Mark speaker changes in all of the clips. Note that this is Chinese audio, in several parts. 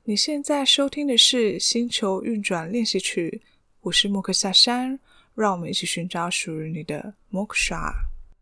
Speaker 1: 你现在收听的是《星球运转练习曲》，我是莫克夏山，让我们一起寻找属于你的 Moksha。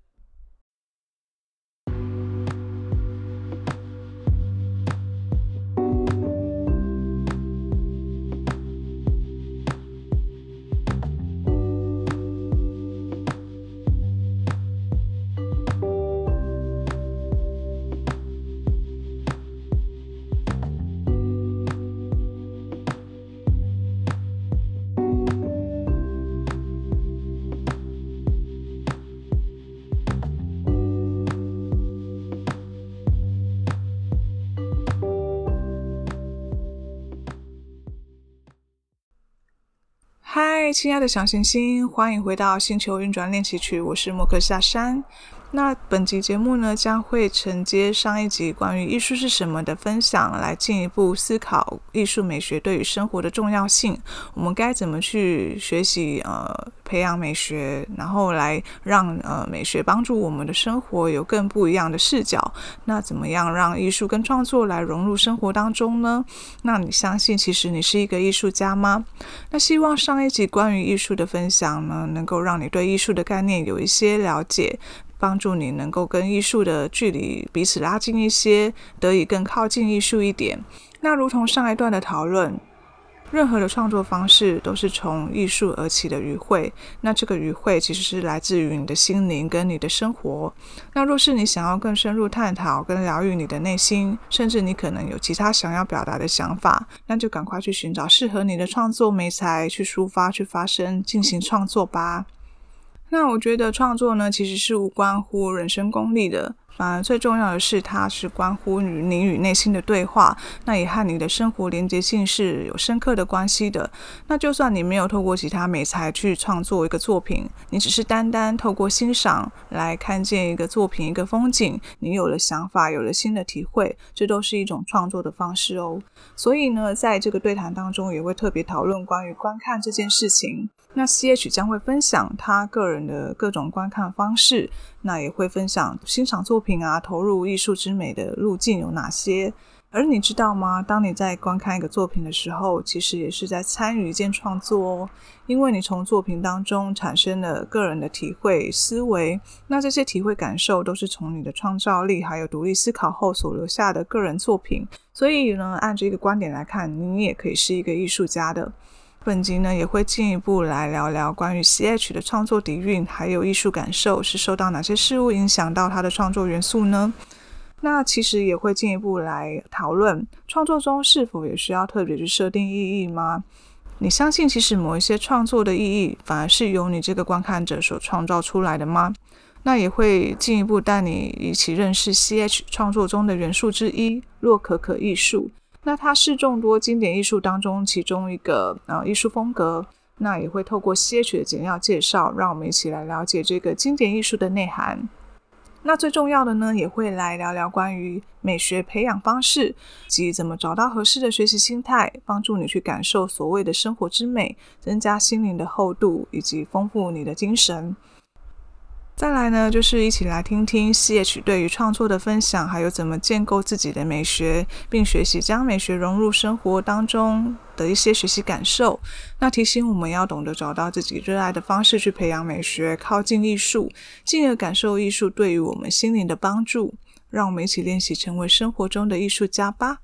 Speaker 1: 嗨，亲爱的小行星，欢迎回到星球运转练习曲，我是莫克夏山。那本集节目呢，将会承接上一集关于艺术是什么的分享，来进一步思考艺术美学对于生活的重要性。我们该怎么去学习培养美学，然后来让美学帮助我们的生活有更不一样的视角。那怎么样让艺术跟创作来融入生活当中呢？那你相信其实你是一个艺术家吗？那希望上一集关于艺术的分享呢，能够让你对艺术的概念有一些了解，帮助你能够跟艺术的距离彼此拉近一些，得以更靠近艺术一点。那如同上一段的讨论，任何的创作方式都是从艺术而起的语汇，那这个语汇其实是来自于你的心灵跟你的生活。那若是你想要更深入探讨跟疗愈你的内心，甚至你可能有其他想要表达的想法，那就赶快去寻找适合你的创作媒材，去抒发，去发声，进行创作吧。那我觉得创作呢，其实是无关乎人生功利的，反而最重要的是它是关乎你与内心的对话，那也和你的生活连结性是有深刻的关系的。那就算你没有透过其他媒材去创作一个作品，你只是单单透过欣赏来看见一个作品一个风景，你有了想法，有了新的体会，这都是一种创作的方式哦。所以呢，在这个对谈当中也会特别讨论关于观看这件事情。那 CH 将会分享他个人的各种观看方式，那也会分享欣赏作品啊，投入艺术之美的路径有哪些。而你知道吗？当你在观看一个作品的时候，其实也是在参与一件创作哦，因为你从作品当中产生了个人的体会思维，那这些体会感受都是从你的创造力还有独立思考后所留下的个人作品。所以呢，按这个观点来看，你也可以是一个艺术家的。本集呢也会进一步来聊聊关于 CH 的创作底蕴还有艺术感受是受到哪些事物影响到他的创作元素呢？那其实也会进一步来讨论创作中是否也需要特别去设定意义吗？你相信其实某一些创作的意义反而是由你这个观看者所创造出来的吗？那也会进一步带你一起认识 CH 创作中的元素之一洛可可艺术。那它是众多经典艺术当中其中一个艺术风格，那也会透过 CH 的简要介绍，让我们一起来了解这个经典艺术的内涵。那最重要的呢，也会来聊聊关于美学培养方式及怎么找到合适的学习心态，帮助你去感受所谓的生活之美，增加心灵的厚度以及丰富你的精神。再来呢，就是一起来听听 CH 对于创作的分享，还有怎么建构自己的美学，并学习将美学融入生活当中的一些学习感受。那提醒我们要懂得找到自己热爱的方式去培养美学，靠近艺术，进而感受艺术对于我们心灵的帮助。让我们一起练习成为生活中的艺术家吧。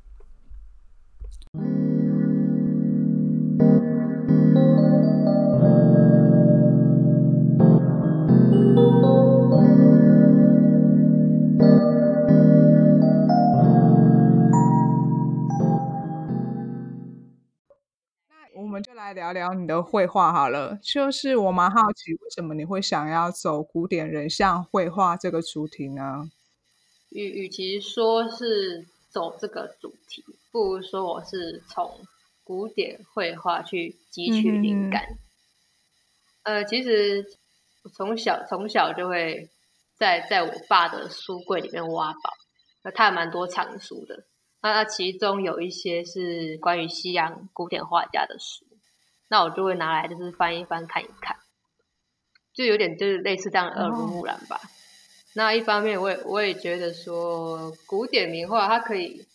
Speaker 1: 我们就来聊聊你的绘画好了，就是我蛮好奇，为什么你会想要走古典人像绘画这个主题呢？
Speaker 2: 与其说是走这个主题，不如说我是从古典绘画去汲取灵感。其实从小就会在我爸的书柜里面挖宝，那他还蛮多藏书的。那其中有一些是关于西洋古典画家的书，那我就会拿来就是翻一翻看一看，就有点就是类似这样的耳濡目染吧。那一方面我也觉得说，古典名画它可以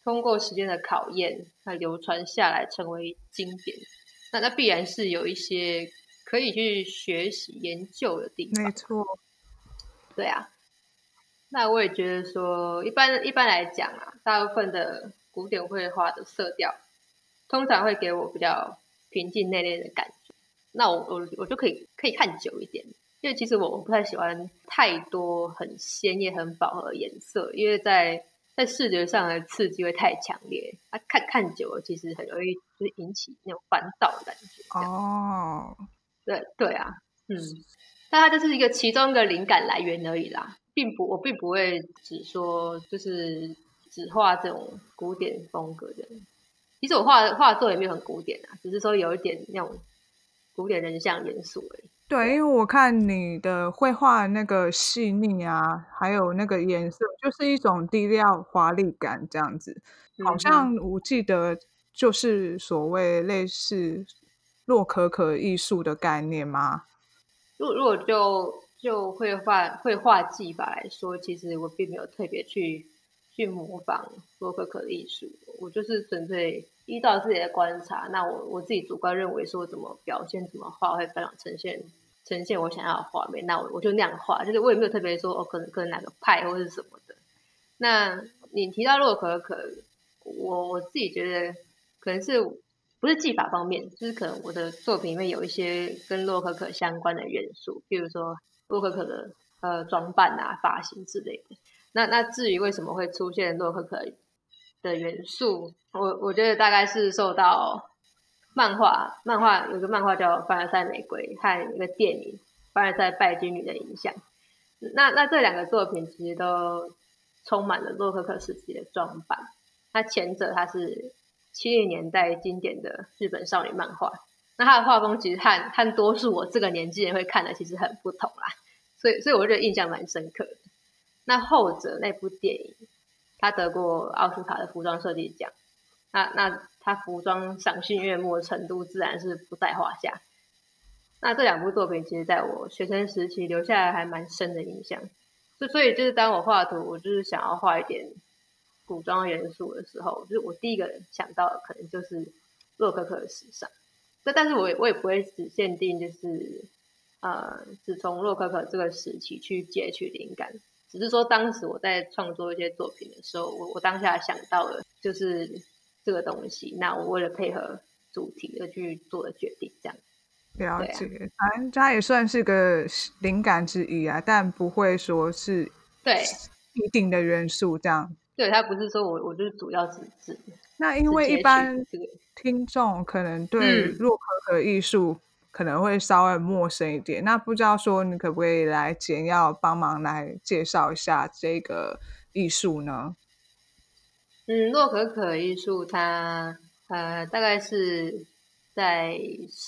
Speaker 2: 通过时间的考验，它流传下来成为经典，那必然是有一些可以去学习研究的地方。
Speaker 1: 没错，
Speaker 2: 对啊。那我也觉得说，一般来讲啊，大部分的古典绘画的色调，通常会给我比较平静内敛的感觉。那我就可以看久一点，因为其实我不太喜欢太多很鲜艳、很饱和的颜色，因为在视觉上的刺激会太强烈，看久了其实很容易就是引起那种烦躁的感觉。
Speaker 1: 哦，
Speaker 2: 对啊，但它就是一个其中一个灵感来源而已啦，我并不会只说就是只画这种古典风格的。其实我画作也没有很古典啊，只是说有一点那种古典人像元素而已。
Speaker 1: 对，因为我看你的绘画那个细腻啊，还有那个颜色，就是一种低调华丽感这样子。好像我记得就是所谓类似洛可可艺术的概念吗？
Speaker 2: 如果就绘画技法来说，其实我并没有特别去模仿洛可可的艺术，我就是纯粹依照自己的观察，那我自己主观认为说怎么表现怎么画会非常呈现我想要的画面，那我就那样画，就是我也没有特别说可能哪个派或是什么的。那你提到洛可可，我自己觉得可能是不是技法方面，就是可能我的作品里面有一些跟洛可可相关的元素，比如说洛可可的装扮啊、发型之类的。那至于为什么会出现洛可可的元素，我觉得大概是受到漫画有个漫画叫《凡尔赛玫瑰》和一个电影《凡尔赛拜金女》的影响。那这两个作品其实都充满了洛可可时期的装扮。它前者它是70年代经典的日本少女漫画，那它的画风其实和多数我这个年纪人会看的其实很不同啦，所以我觉得印象蛮深刻的。那后者那部电影，它得过奥斯卡的服装设计奖，那它服装赏心悦目的程度自然是不在话下。那这两部作品其实在我学生时期留下来还蛮深的印象，所以就是当我画图，我就是想要画一点古装元素的时候，就是我第一个想到的可能就是洛可可的时尚。但是我也不会只限定就是只从洛可可这个时期去截取灵感，只是说当时我在创作一些作品的时候，我当下想到了就是这个东西，那我为了配合主题而去做的决定，这样。
Speaker 1: 了解，反正它也算是个灵感之一啊，但不会说是
Speaker 2: 对
Speaker 1: 一定的元素这样。
Speaker 2: 对，它不是说我就是主要只
Speaker 1: 那因为一般听众可能对洛可可艺术可能会稍微陌生一点，那不知道说你可不可以来简要帮忙来介绍一下这个艺术呢？
Speaker 2: 洛可可艺术它大概是在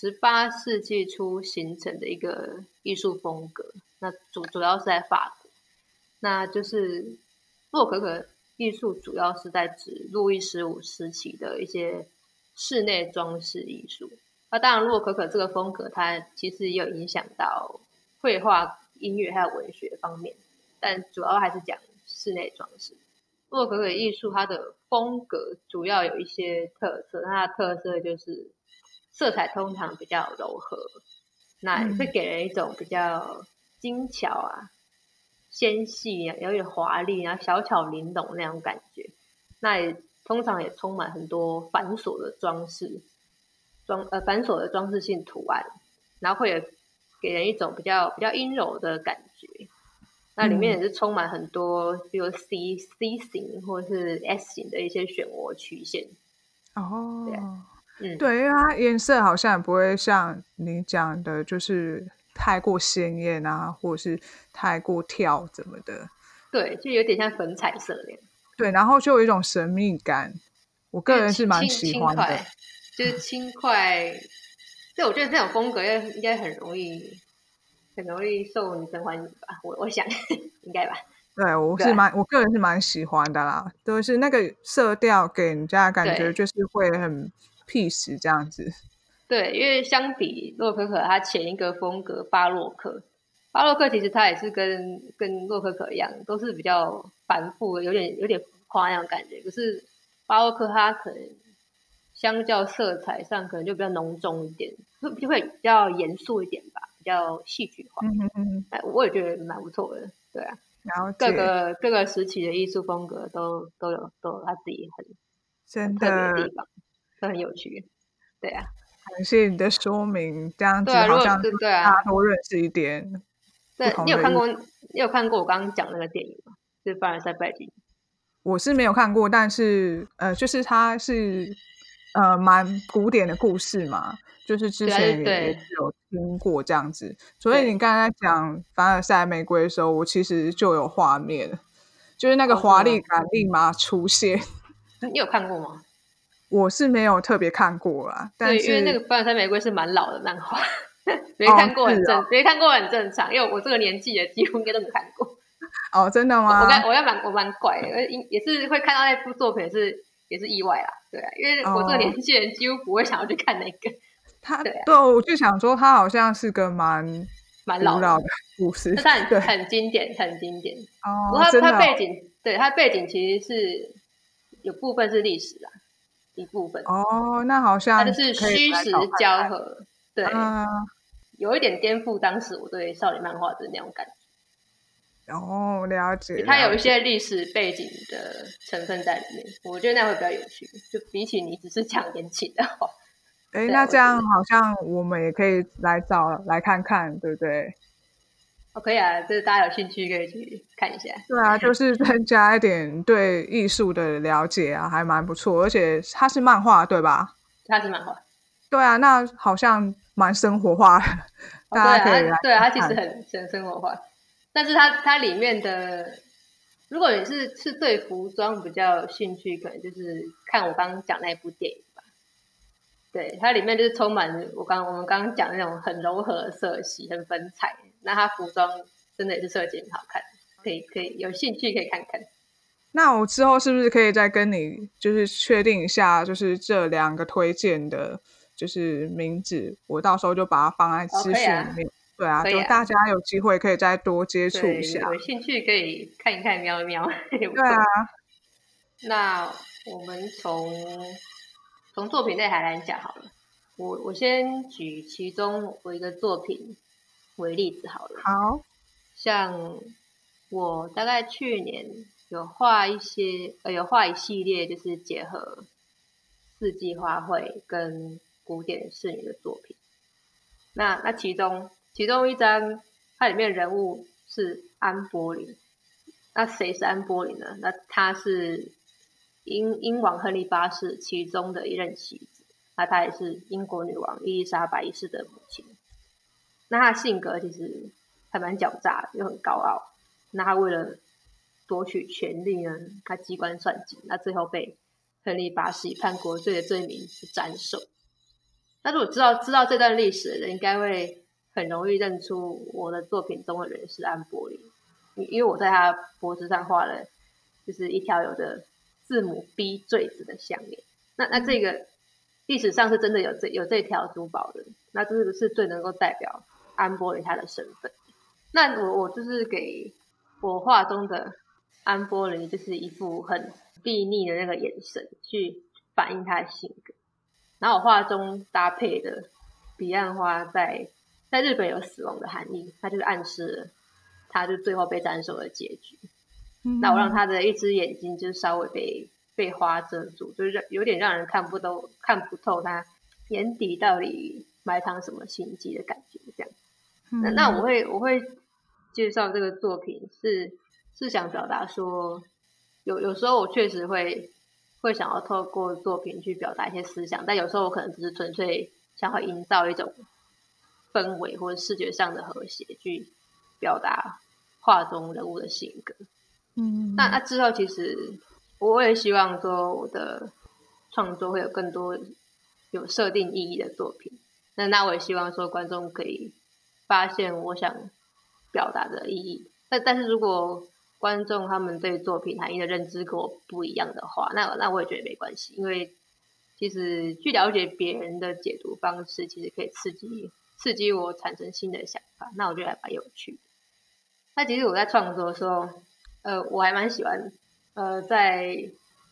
Speaker 2: 18世纪初形成的一个艺术风格，那主要是在法国，那就是洛可可艺术主要是在指路易15时期的一些室内装饰艺术。那当然，洛可可这个风格它其实也有影响到绘画、音乐还有文学方面，但主要还是讲室内装饰。洛可可艺术它的风格主要有一些特色，它的特色就是色彩通常比较柔和，那会给人一种比较精巧啊、纤细啊、有点华丽啊、小巧玲珑那种感觉。那通常也充满很多繁琐的装饰，繁琐的装饰性图案，然后会有给人一种比较阴柔的感觉。那里面也是充满很多，比如 C 型或是 S 型的一些漩涡曲线。
Speaker 1: 哦，对，因为它颜色好像也不会像你讲的，就是太过鲜艳啊，或者是太过跳怎么的。
Speaker 2: 对，就有点像粉彩色那样。
Speaker 1: 对，然后就有一种神秘感，我个人是蛮喜欢的。
Speaker 2: 就是轻快，对，我觉得这种风格应该很容易受女生欢迎吧，我想应该吧。
Speaker 1: 对，我个人是蛮喜欢的啦，都是那个色调给人家感觉就是会很 peace 这样子。
Speaker 2: 对，因为相比洛可可，它前一个风格巴洛克其实它也是跟洛可可一样，都是比较繁复，有点浮夸那种感觉。可是巴洛克它可能相较色彩上可能就比较浓重一点，会比较严肃一点吧，比较戏剧化。我也觉得蛮不错的，对啊。
Speaker 1: 了
Speaker 2: 各
Speaker 1: 解，
Speaker 2: 个时期的艺术风格都有他自己很
Speaker 1: 真
Speaker 2: 特别的
Speaker 1: 的
Speaker 2: 地方，都很有趣。对啊，
Speaker 1: 感谢你的说明，这样
Speaker 2: 对啊，如果
Speaker 1: 子好像
Speaker 2: 对啊，
Speaker 1: 大家都认识一点不
Speaker 2: 对
Speaker 1: 同的艺。
Speaker 2: 你有看过我刚刚讲那个电影吗？就是凡尔赛拜金。
Speaker 1: 我是没有看过，但是就是它是蛮古典的故事嘛，就是之
Speaker 2: 对啊，
Speaker 1: 前也是
Speaker 2: 对
Speaker 1: 有听过这样子。所以你
Speaker 2: 对，
Speaker 1: 刚才在讲凡尔赛玫瑰的时候，我其实就有画面，就是那个
Speaker 2: 哦，是吗？
Speaker 1: 华丽感立马出现。
Speaker 2: 你有看过吗？
Speaker 1: 我是没有特别看过啦，但
Speaker 2: 对，因为那
Speaker 1: 是
Speaker 2: 个凡尔赛玫瑰是蛮老的漫画，
Speaker 1: 哦是
Speaker 2: 没看过很正常，因为我这个年纪的几乎应该都没看过。
Speaker 1: 真的
Speaker 2: 我
Speaker 1: 吗？
Speaker 2: 我蛮怪的，也是会看到那部作品也是意外啦，对啊，因为我这个
Speaker 1: 哦，
Speaker 2: 年纪的人几乎不会想要去看那个，对啊，
Speaker 1: 对，我就想说它好像是个蛮
Speaker 2: 蛮老的，
Speaker 1: 古老的故事，
Speaker 2: 但是
Speaker 1: 对，
Speaker 2: 很经典，很经典。不
Speaker 1: 哦，
Speaker 2: 过
Speaker 1: 真的哦，
Speaker 2: 它背景其实是有部分是历史啦，一部分，
Speaker 1: 那好像
Speaker 2: 它就是
Speaker 1: 可以
Speaker 2: 虚实
Speaker 1: 来找看
Speaker 2: 交合，对，
Speaker 1: 看，
Speaker 2: 有一点颠覆当时我对少女漫画的那种感觉。
Speaker 1: 了解
Speaker 2: 它有
Speaker 1: 了解，
Speaker 2: 一些历史背景的成分在里面，我觉得那会比较有趣。就比起你只是讲言情的话，对啊，
Speaker 1: 那这样
Speaker 2: 我觉得
Speaker 1: 好像我们也可以来找来看看，对不对？
Speaker 2: 可以啊，就是大家有兴趣可以去看一下。
Speaker 1: 对啊，就是增加一点对艺术的了解啊，还蛮不错，而且它是漫画，对吧？
Speaker 2: 它是漫画
Speaker 1: 对啊，那好像蛮生活化的，
Speaker 2: 哦，对啊，
Speaker 1: 大家可以来
Speaker 2: 它其实
Speaker 1: 看看。
Speaker 2: 很生活化，但是它里面的，如果你是对服装比较有兴趣，可能就是看我刚刚讲那一部电影吧。对，它里面就是充满我们刚刚讲那种很柔和的色系，很粉彩。那它服装真的也是设计很好看，可以有兴趣可以看看。
Speaker 1: 那我之后是不是可以再跟你就是确定一下，就是这两个推荐的，就是名字，我到时候就把它放在资
Speaker 2: 可以啊，
Speaker 1: 讯里面。对啊，
Speaker 2: 可以啊，
Speaker 1: 就大家有机会可以再多接触一
Speaker 2: 对，
Speaker 1: 下。
Speaker 2: 有兴趣可以看一看、瞄一瞄，也不
Speaker 1: 对啊，
Speaker 2: 错。那我们从作品内涵来讲好了，我先举其中我一个作品为例子好了。
Speaker 1: 好，
Speaker 2: 像我大概去年有画一系列，就是结合四季花卉跟古典仕女的作品。那其中一张，它里面人物是安波林。那谁是安波林呢？那他是英王亨利八世其中的一任妻子，那她也是英国女王伊丽莎白一世的母亲。那她的性格其实还蛮狡诈的，又很高傲。那她为了夺取权力呢，她机关算尽，那最后被亨利八世以叛国罪的罪名斩首。那如果知道这段历史的人，应该会很容易认出我的作品中的人是安波林，因为我在他脖子上画了就是一条有着字母 B 坠子的项链。那这个历史上是真的有这条珠宝的，那这个是最能够代表安波林他的身份。那我就是给我画中的安波林，就是一副很睥睨的那个眼神，去反映他的性格。然后我画中搭配的彼岸花在日本有死亡的含义，它就是暗示了他就最后被斩首的结局。那我让他的一只眼睛就稍微被花遮住，就是有点让人看不透他眼底到底埋藏什么心机的感觉。这样，那我会介绍这个作品是想表达说，有时候我确实会想要透过作品去表达一些思想，但有时候我可能只是纯粹想要营造一种氛围或者视觉上的和谐，去表达画中人物的性格。那之后其实我也希望说我的创作会有更多有设定意义的作品。那我也希望说观众可以发现我想表达的意义。但是如果观众他们对作品含义的认知跟我不一样的话，那我也觉得没关系，因为其实去了解别人的解读方式，其实可以刺激我产生新的想法，那我觉得还蛮有趣的。那其实我在创作的时候，我还蛮喜欢在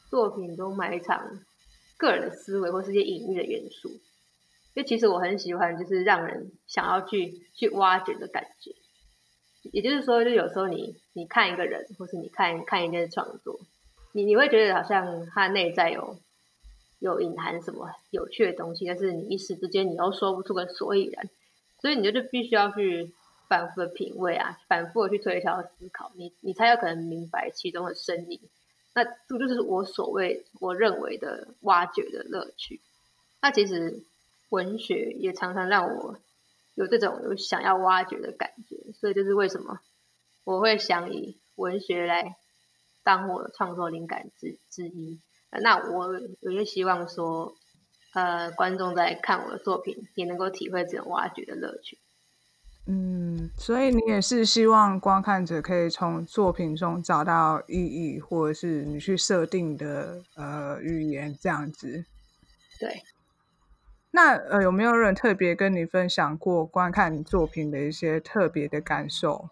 Speaker 2: 作品中埋藏个人的思维或是一些隐喻的元素。因为其实我很喜欢就是让人想要去挖掘的感觉。也就是说，就有时候你看一个人，或是你看一件创作，你会觉得好像他内在有隐含什么有趣的东西，但是你一时之间你又说不出个所以然，所以你就必须要去反复的品味啊，反复的去推敲思考，你才有可能明白其中的深意。那这就是我认为的挖掘的乐趣。那其实文学也常常让我有这种有想要挖掘的感觉，所以就是为什么我会想以文学来当我的创作灵感之一。那我也希望说，观众在看我的作品也能够体会这种挖掘的乐趣。
Speaker 1: 所以你也是希望观看者可以从作品中找到意义，或者是你去设定的语言这样子。
Speaker 2: 对。
Speaker 1: 那有没有人特别跟你分享过观看你作品的一些特别的感受？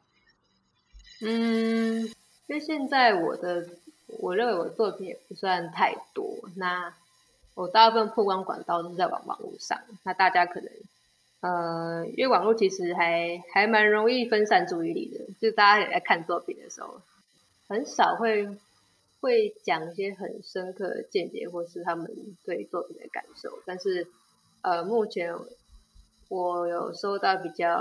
Speaker 2: 因为现在我认为我的作品也不算太多，那我大部分曝光管道都是在网络上，那大家可能因为网络其实还蛮容易分散注意力的，就是大家也在看作品的时候，很少会讲一些很深刻的见解或是他们对作品的感受，但是目前我有收到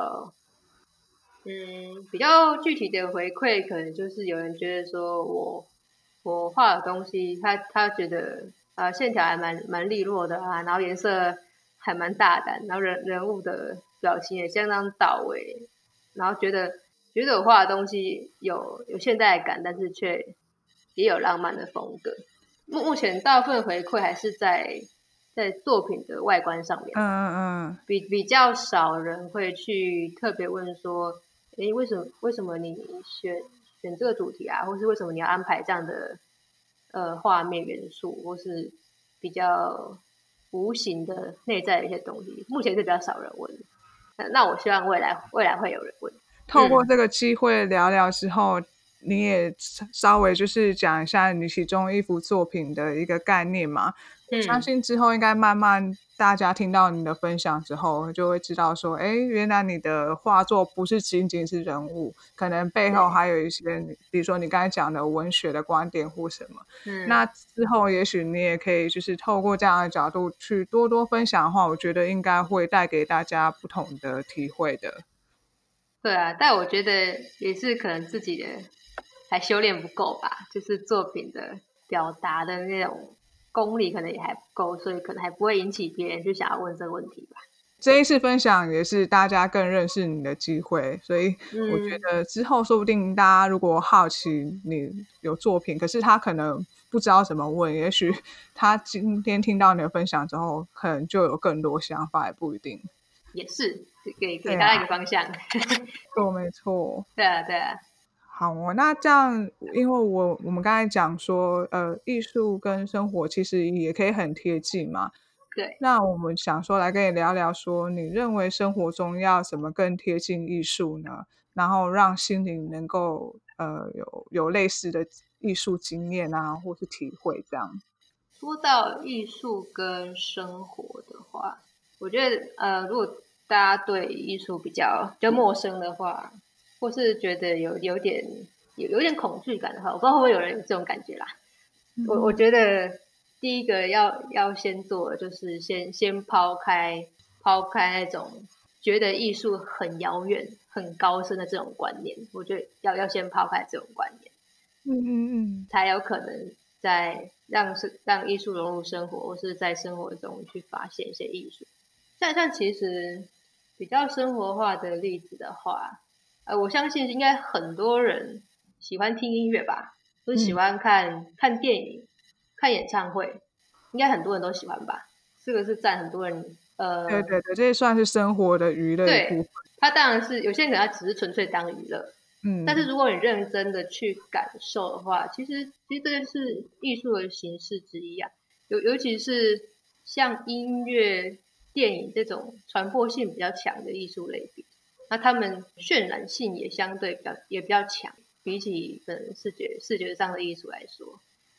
Speaker 2: 比较具体的回馈，可能就是有人觉得说我画的东西，他觉得线条还蛮利落的啊，然后颜色还蛮大胆，然后人物的表情也相当到位，然后觉得我画的东西有现代感，但是却也有浪漫的风格。目前大部分回馈还是在作品的外观上面，比较少人会去特别问说，诶，为什么你选这个主题啊，或是为什么你要安排这样的画面元素，或是比较无形的内在的一些东西，目前是比较少人问。那我希望未来会有人问。
Speaker 1: 透过这个机会聊聊之后，你也稍微就是讲一下你其中一幅作品的一个概念嘛。我相信之后应该慢慢大家听到你的分享之后，就会知道说，哎，原来你的画作不是仅仅是人物，可能背后还有一些，比如说你刚才讲的文学的观点或什么。那之后也许你也可以就是透过这样的角度去多多分享的话，我觉得应该会带给大家不同的体会的。
Speaker 2: 对啊，但我觉得也是可能自己的还修炼不够吧，就是作品的表达的那种功力可能也还不够，所以可能还不会引起别人就想要问这个问题吧。
Speaker 1: 这一次分享也是大家更认识你的机会，所以我觉得之后说不定大家如果好奇你有作品，可是他可能不知道怎么问，也许他今天听到你的分享之后，可能就有更多想法，也不一定。
Speaker 2: 也是给大家一个方向。
Speaker 1: 没错。
Speaker 2: 对啊。
Speaker 1: 好哦，那这样，因为我们刚才讲说，艺术跟生活其实也可以很贴近嘛。
Speaker 2: 对。
Speaker 1: 那我们想说来跟你聊聊说，你认为生活中要怎么更贴近艺术呢？然后让心灵能够有类似的艺术经验啊，或是体会这样。
Speaker 2: 说到艺术跟生活的话，我觉得如果大家对艺术比较陌生的话，或是觉得有点恐惧感的话，我不知道会不会有人有这种感觉啦。我觉得第一个要先做的就是先抛开那种觉得艺术很遥远、很高深的这种观念，我觉得要先抛开这种观念，才有可能在让艺术融入生活，或是在生活中去发现一些艺术。像其实比较生活化的例子的话，我相信应该很多人喜欢听音乐吧，或是喜欢看电影、看演唱会，应该很多人都喜欢吧。这个是占很多人
Speaker 1: 对，这也算是生活的娱乐一部分。
Speaker 2: 对，它当然是有些人可能他只是纯粹当娱乐，但是如果你认真的去感受的话，其实这就是艺术的形式之一啊。尤其是像音乐、电影这种传播性比较强的艺术类别，那他们渲染性也相对比较强，比起视觉上的艺术来说。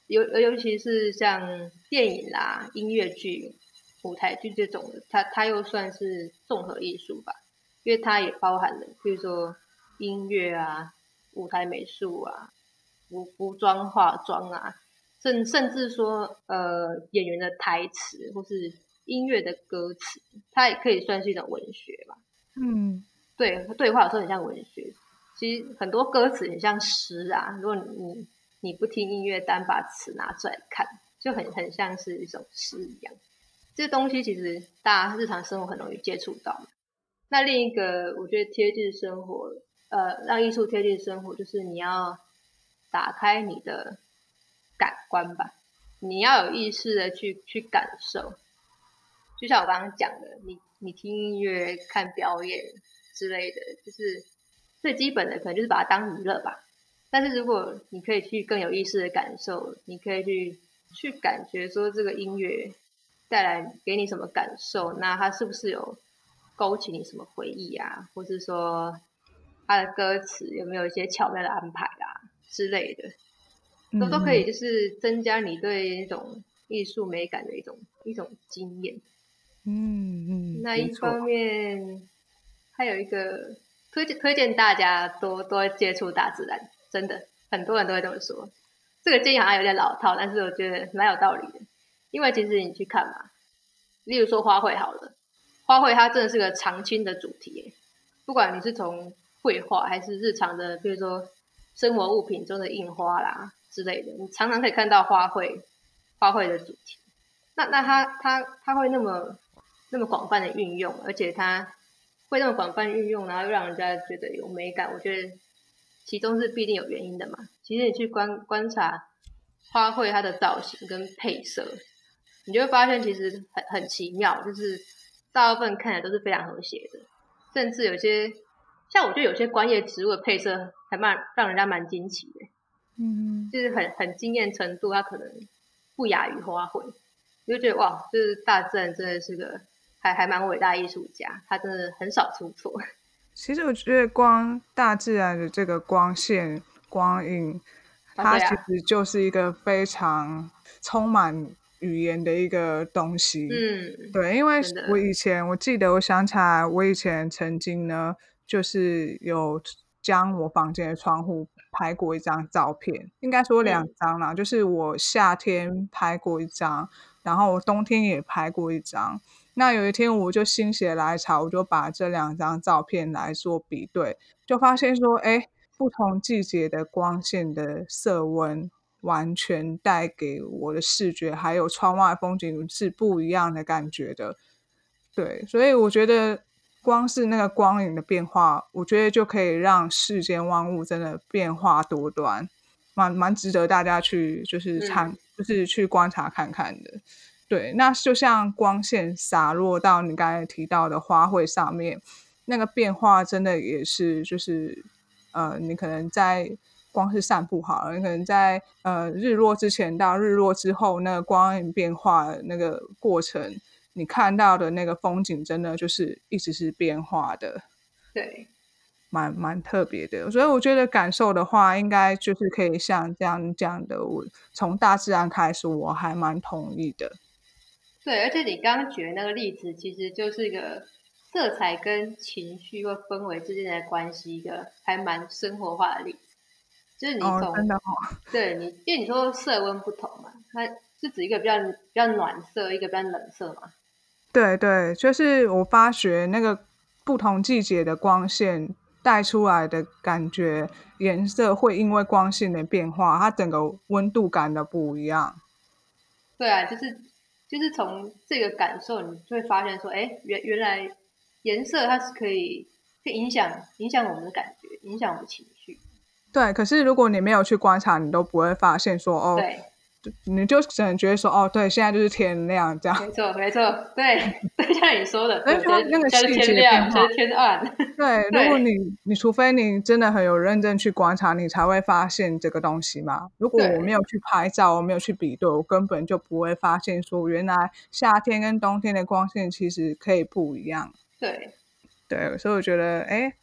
Speaker 2: 尤其是像电影啦、音乐剧、舞台剧这种的，它又算是综合艺术吧，因为它也包含了，比如说音乐啊、舞台美术啊、服装、化妆啊，甚至说演员的台词或是音乐的歌词，它也可以算是一种文学吧。对话有时候很像文学，其实很多歌词很像诗啊。如果你不听音乐，单把词拿出来看，就很像是一首诗一样。这些东西其实大家日常生活很容易接触到。那另一个我觉得贴近生活，让艺术贴近生活，就是你要打开你的感官吧，你要有意识的去感受。就像我刚刚讲的，你听音乐、看表演之类的，就是最基本的，可能就是把它当娱乐吧。但是如果你可以去更有意识的感受，你可以去感觉说这个音乐带来给你什么感受，那它是不是有勾起你什么回忆啊，或是说它的歌词有没有一些巧妙的安排啊之类的，都可以就是增加你对那种艺术美感的一种经验。那一方面还有一个推荐大家多接触大自然，真的很多人都会这么说。这个建议好像有点老套，但是我觉得蛮有道理的。因为其实你去看嘛，例如说花卉好了，花卉它真的是个常青的主题耶，不管你是从绘画还是日常的，比如说生活物品中的印花啦之类的，你常常可以看到花卉的主题。那它会那么广泛的运用，而且它会那么广泛运用，然后又让人家觉得有美感，我觉得其中是必定有原因的嘛。其实你去观察花卉它的造型跟配色，你就会发现其实很奇妙，就是大部分看起来都是非常和谐的，甚至有些像我觉得有些观叶植物的配色还让人家蛮惊奇的，就是很惊艳程度，它可能不亚于花卉。你就觉得哇，就是大自然真的是个还蛮伟大的艺术家，他真的很少出错。
Speaker 1: 其实我觉得光大自然的这个光线、光影，它其实就是一个非常充满语言的一个东西。对，因为我记得我想起来，我以前曾经呢，就是有将我房间的窗户拍过一张照片，应该说2张啦，就是我夏天拍过一张，然后我冬天也拍过一张。那有一天我就心血来潮，我就把这2张照片来做比对，就发现说，不同季节的光线的色温完全带给我的视觉还有窗外风景是不一样的感觉的。对，所以我觉得光是那个光影的变化，我觉得就可以让世间万物真的变化多端，蛮值得大家去就是去观察看看的。对，那就像光线洒落到你刚才提到的花卉上面，那个变化真的也是就是你可能在光是散步好了，你可能在日落之前到日落之后，那个光影变化的那个过程，你看到的那个风景真的就是一直是变化的。
Speaker 2: 对，
Speaker 1: 蛮特别的。所以我觉得感受的话，应该就是可以像这样讲的，我从大自然开始，我还蛮同意的。
Speaker 2: 对，而且你刚刚举的那个例子，其实就是一个色彩跟情绪或氛围之间的关系，一个还蛮生活化的例子。就是你从
Speaker 1: 真的
Speaker 2: 对因为你说色温不同嘛，它是指一个比较暖色，一个比较冷色嘛。
Speaker 1: 对对，就是我发觉那个不同季节的光线带出来的感觉，颜色会因为光线的变化，它整个温度感的不一样。
Speaker 2: 对啊，就是从这个感受，你就会发现说，原来颜色它是可以影响我们的感觉，影响我们的情绪。
Speaker 1: 对，可是如果你没有去观察，你都不会发现说
Speaker 2: 对，
Speaker 1: 你就只能觉得说对，现在就是天亮这样。
Speaker 2: 没错，对，像你说的，对，
Speaker 1: 那个细节
Speaker 2: 变化，天暗。
Speaker 1: 对，如果你除非你真的很有认真去观察，你才会发现这个东西嘛。如果我没有去拍照，我没有去比对，我根本就不会发现说原来夏天跟冬天的光线其实可以不一样。
Speaker 2: 对，
Speaker 1: 所以我觉得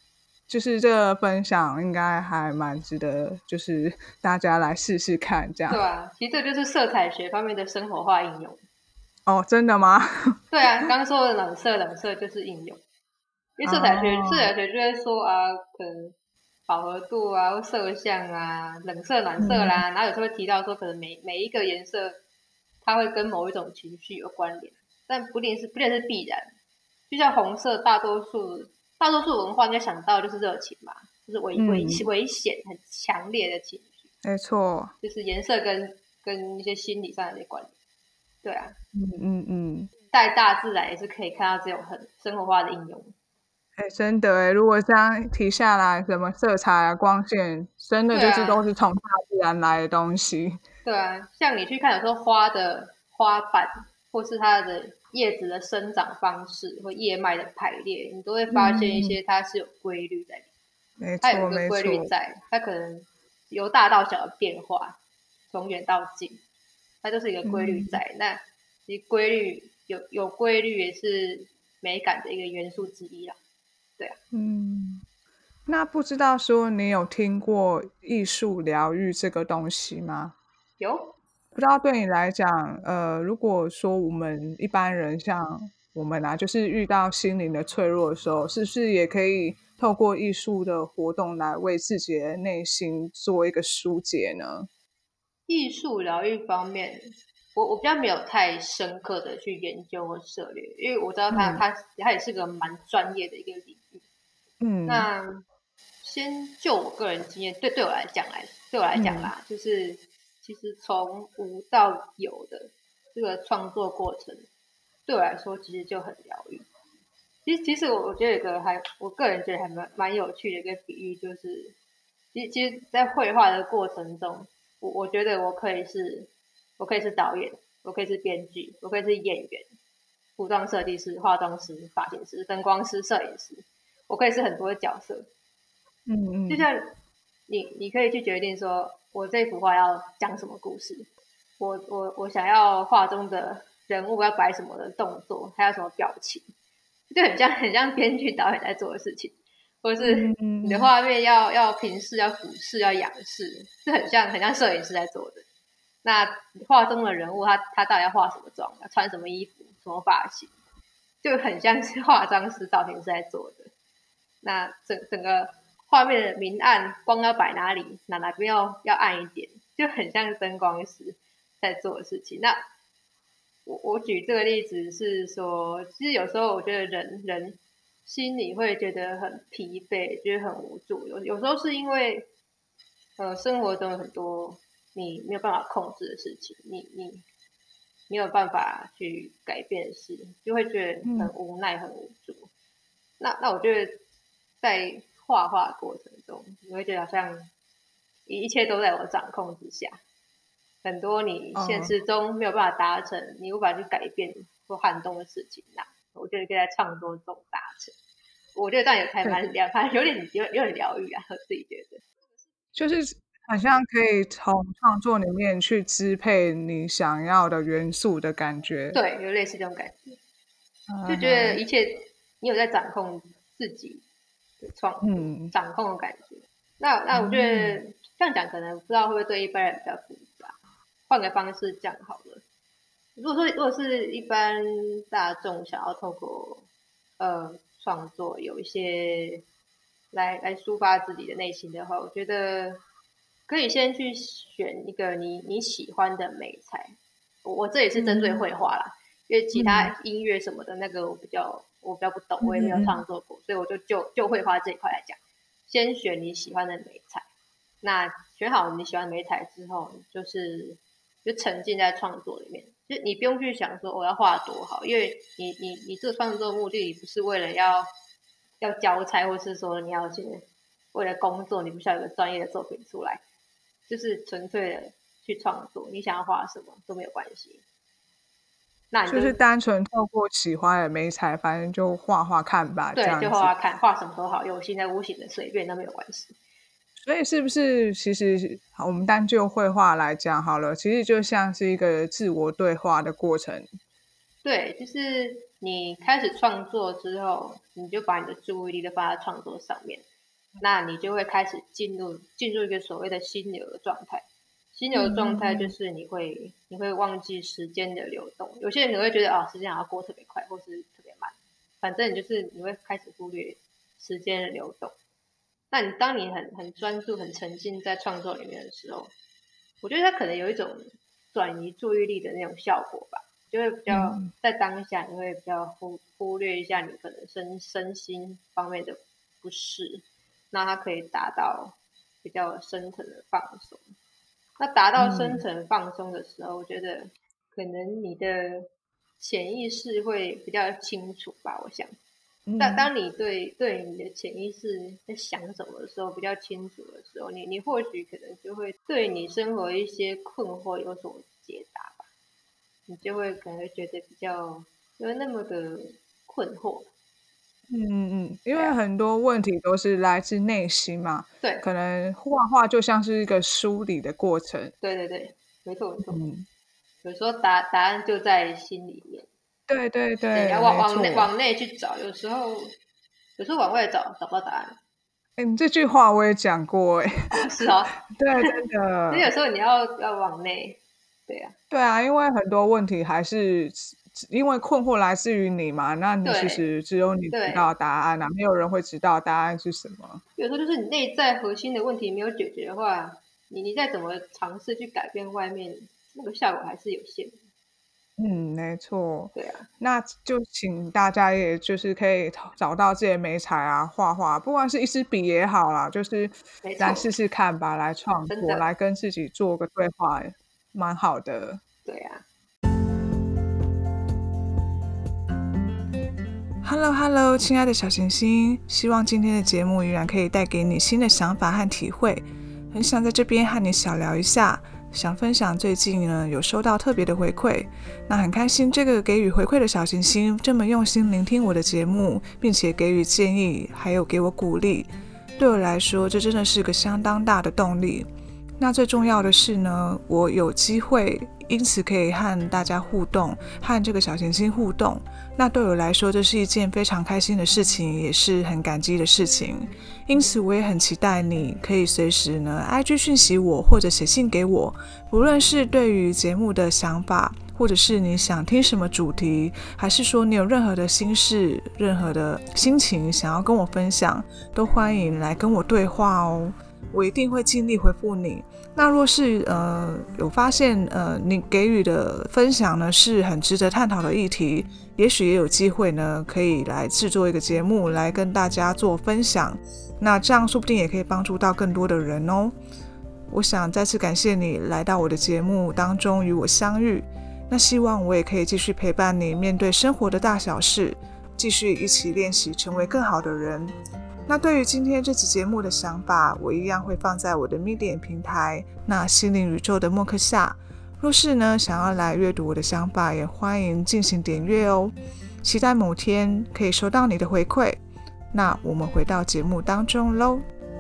Speaker 1: 就是这个分享应该还蛮值得，就是大家来试试看这样。
Speaker 2: 对啊，其实这就是色彩学方面的生活化应用。
Speaker 1: 哦，真的吗？
Speaker 2: 对啊，刚刚说的冷色就是应用，因为色彩学就会说啊，可能饱和度啊，或色相啊，冷色暖色啦，然后有时候会提到说，可能每一个颜色它会跟某一种情绪有关联，但不一定是必然。就像红色，大多数文化应该想到就是热情嘛，就是危险很强烈的情绪，
Speaker 1: 没错，
Speaker 2: 就是颜色跟一些心理上的一些关联。对啊，在大自然也是可以看到这种很生活化的应用。
Speaker 1: 真的如果这样提下来，什么色彩啊、光线，真的就是都是从大自然来的东西。
Speaker 2: 对啊，像你去看有时候花的花瓣，或是它的叶子的生长方式，或叶脉的排列，你都会发现一些它是有规律在里面。
Speaker 1: 没错，
Speaker 2: 它有一个规律在，它可能由大到小的变化，从远到近，它就是一个规律在。那其实规律有规律也是美感的一个元素之一啦。对啊，
Speaker 1: 那不知道说你有听过艺术疗愈这个东西吗？
Speaker 2: 有。
Speaker 1: 不知道对你来讲，如果说我们一般人像我们啊，就是遇到心灵的脆弱的时候，是不是也可以透过艺术的活动来为自己的内心做一个疏解呢？
Speaker 2: 艺术疗愈方面，我比较没有太深刻的去研究或涉猎，因为我知道它也是个蛮专业的一个领域。那先就我个人经验，对我来讲啦，就是其实从无到有的这个创作过程，对我来说其实就很疗愈。其实我觉得有个我个人觉得还蛮有趣的一个比喻，就是其实，在绘画的过程中，我觉得我可以是导演，我可以是编剧，我可以是演员、服装设计师、化妆师、发型师、灯光师、摄影师，我可以是很多的角色。就像你可以去决定说，我这幅画要讲什么故事，我想要画中的人物要摆什么的动作，还有什么表情，就很像编剧导演在做的事情。或是你的画面要平视、要俯视、要仰视，是很像摄影师在做的。那画中的人物他到底要化什么妆，要穿什么衣服、什么发型，就很像是化妆师、造型师在做的。那整个画面的明暗、光要摆哪里，哪边要暗一点，就很像灯光师在做的事情。那我举这个例子是说，其实有时候我觉得人心里会觉得很疲惫，觉得很无助。有时候是因为生活中有很多你没有办法控制的事情，你没有办法去改变的事，就会觉得很无奈、很无助。那我觉得在画画过程中，你会觉得好像一切都在我掌控之下，很多你现实中没有办法达成，你无法去改变或撼动的事情，那我觉得可以在创作中达成。我觉得这样也还蛮有点疗愈啊，我自己觉得。
Speaker 1: 就是好像可以从创作里面去支配你想要的元素的感觉。
Speaker 2: 对，有类似这种感觉，就觉得一切你有在掌控自己的创作，掌控的感觉。那我觉得这样讲可能不知道会不会对一般人比较复杂，换个方式讲好了。如果是一般大众想要透过创作有一些来抒发自己的内心的话，我觉得可以先去选一个你喜欢的美材。我这也是针对绘画啦，因为其他音乐什么的那个我比较不懂，我也没有创作过，所以我就绘画这一块来讲，先选你喜欢的美材。那选好你喜欢的美材之后，就沉浸在创作里面，就你不用去想说我要画多好，因为你这个创作的目的不是为了要交差，或是说你要去为了工作，你不需要有个专业的作品出来，就是纯粹的去创作，你想要画什么都没有关系。那你
Speaker 1: 就是单纯透过喜欢的美材，反正就画画看吧，
Speaker 2: 对，
Speaker 1: 这样子。
Speaker 2: 就画画看，画什么都好，有形的无形的随便都没有关系。
Speaker 1: 所以是不是其实我们单就绘画来讲好了，其实就像是一个自我对话的过程。
Speaker 2: 对，就是你开始创作之后，你就把你的注意力都放在创作上面。 那你就会开始进入一个所谓的心流的状态。心流的状态就是你会忘记时间的流动。有些人你会觉得时间好像过特别快，或是特别慢，反正你会开始忽略时间的流动。那当你很专注、很沉浸在创作里面的时候，我觉得它可能有一种转移注意力的那种效果吧，就会比较在当下，你会比较忽略一下你可能身心方面的不适，那它可以达到比较深层的放松。那达到深层放松的时候，我觉得可能你的潜意识会比较清楚吧，我想。当你对你的潜意识在想什么的时候比较清楚的时候，你或许可能就会对你生活一些困惑有所解答吧，你就会可能会觉得比较没有那么的困惑。
Speaker 1: 因为很多问题都是来自内心嘛，
Speaker 2: 对，
Speaker 1: 可能画画就像是一个梳理的过程。
Speaker 2: 对对对，没错没错。有时候答案就在心里面。
Speaker 1: 对对
Speaker 2: 对，要
Speaker 1: 对，没错。
Speaker 2: 往内去找，有时候往外找不到答案。
Speaker 1: 你这句话我也讲过
Speaker 2: 是哦，
Speaker 1: 对，真的。
Speaker 2: 所以有时候你要往内，对啊，
Speaker 1: 对啊，因为很多问题还是因为困惑来自于你嘛，那你其实只有你知道答案啊，没有人会知道答案是什么。
Speaker 2: 有时候就是你内在核心的问题没有解决的话，你再怎么尝试去改变外面，那个效果还是有限的。
Speaker 1: 没错。
Speaker 2: 对啊，
Speaker 1: 那就请大家也就是可以找到自己的美彩啊，画画，不管是一支笔也好啦，就是来试试看吧，来创作，来跟自己做个对话，蛮好的。
Speaker 2: 对啊。
Speaker 1: Hello， 亲爱的小行星，希望今天的节目依然可以带给你新的想法和体会。很想在这边和你小聊一下，想分享最近呢有收到特别的回馈，那很开心这个给予回馈的小行星这么用心聆听我的节目，并且给予建议，还有给我鼓励，对我来说这真的是个相当大的动力。那最重要的是呢，我有机会因此可以和大家互动，和这个小行星互动，那对我来说这是一件非常开心的事情，也是很感激的事情。因此我也很期待你可以随时呢 IG 讯息我，或者写信给我，不论是对于节目的想法，或者是你想听什么主题，还是说你有任何的心事，任何的心情想要跟我分享，都欢迎来跟我对话哦，我一定会尽力回复你。那若是有发现你给予的分享呢是很值得探讨的议题，也许也有机会呢可以来制作一个节目来跟大家做分享，那这样说不定也可以帮助到更多的人哦。我想再次感谢你来到我的节目当中与我相遇，那希望我也可以继续陪伴你面对生活的大小事，继续一起练习成为更好的人。那对于今天这期节目的想法，我一样会放在我的 Medium 平台，那心灵宇宙的默克夏。若是呢想要来阅读我的想法，也欢迎进行点阅哦。期待某天可以收到你的回馈。那我们回到节目当中咯。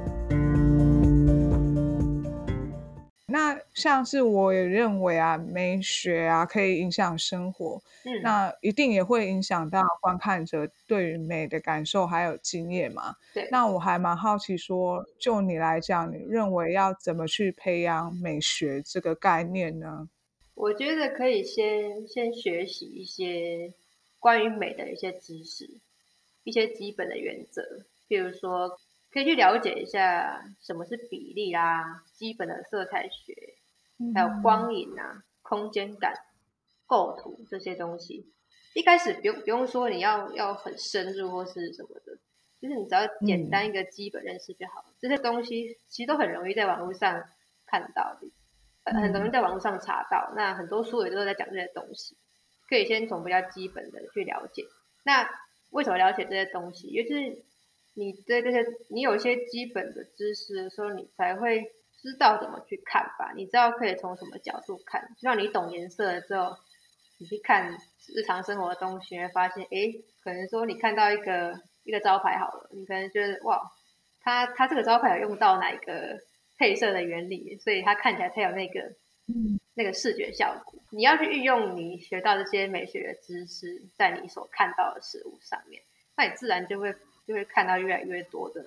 Speaker 1: 那像是我也认为啊，美学啊可以影响生活，那一定也会影响到观看者对于美的感受还有经验嘛。
Speaker 2: 对，
Speaker 1: 那我还蛮好奇说，就你来讲，你认为要怎么去培养美学这个概念呢？
Speaker 2: 我觉得可以先学习一些关于美的一些知识，一些基本的原则，比如说可以去了解一下什么是比例啊，基本的色彩学，还有光影啊、空间感、构图这些东西。一开始不用说你要很深入或是什么的，就是你只要简单一个基本认识就好了。这些东西其实都很容易在网络上看到的。很容易在网络上查到，那很多书也都在讲这些东西，可以先从比较基本的去了解。那为什么了解这些东西？因为就是你对这些，你有一些基本的知识的时候，你才会知道怎么去看吧。你知道可以从什么角度看，就像你懂颜色了之后，你去看日常生活的东西，你会发现，可能说你看到一个招牌好了，你可能觉得哇，它这个招牌有用到哪一个配色的原理，所以它看起来才有那个视觉效果。你要去运用你学到这些美学的知识，在你所看到的事物上面，那你自然就会看到越来越多的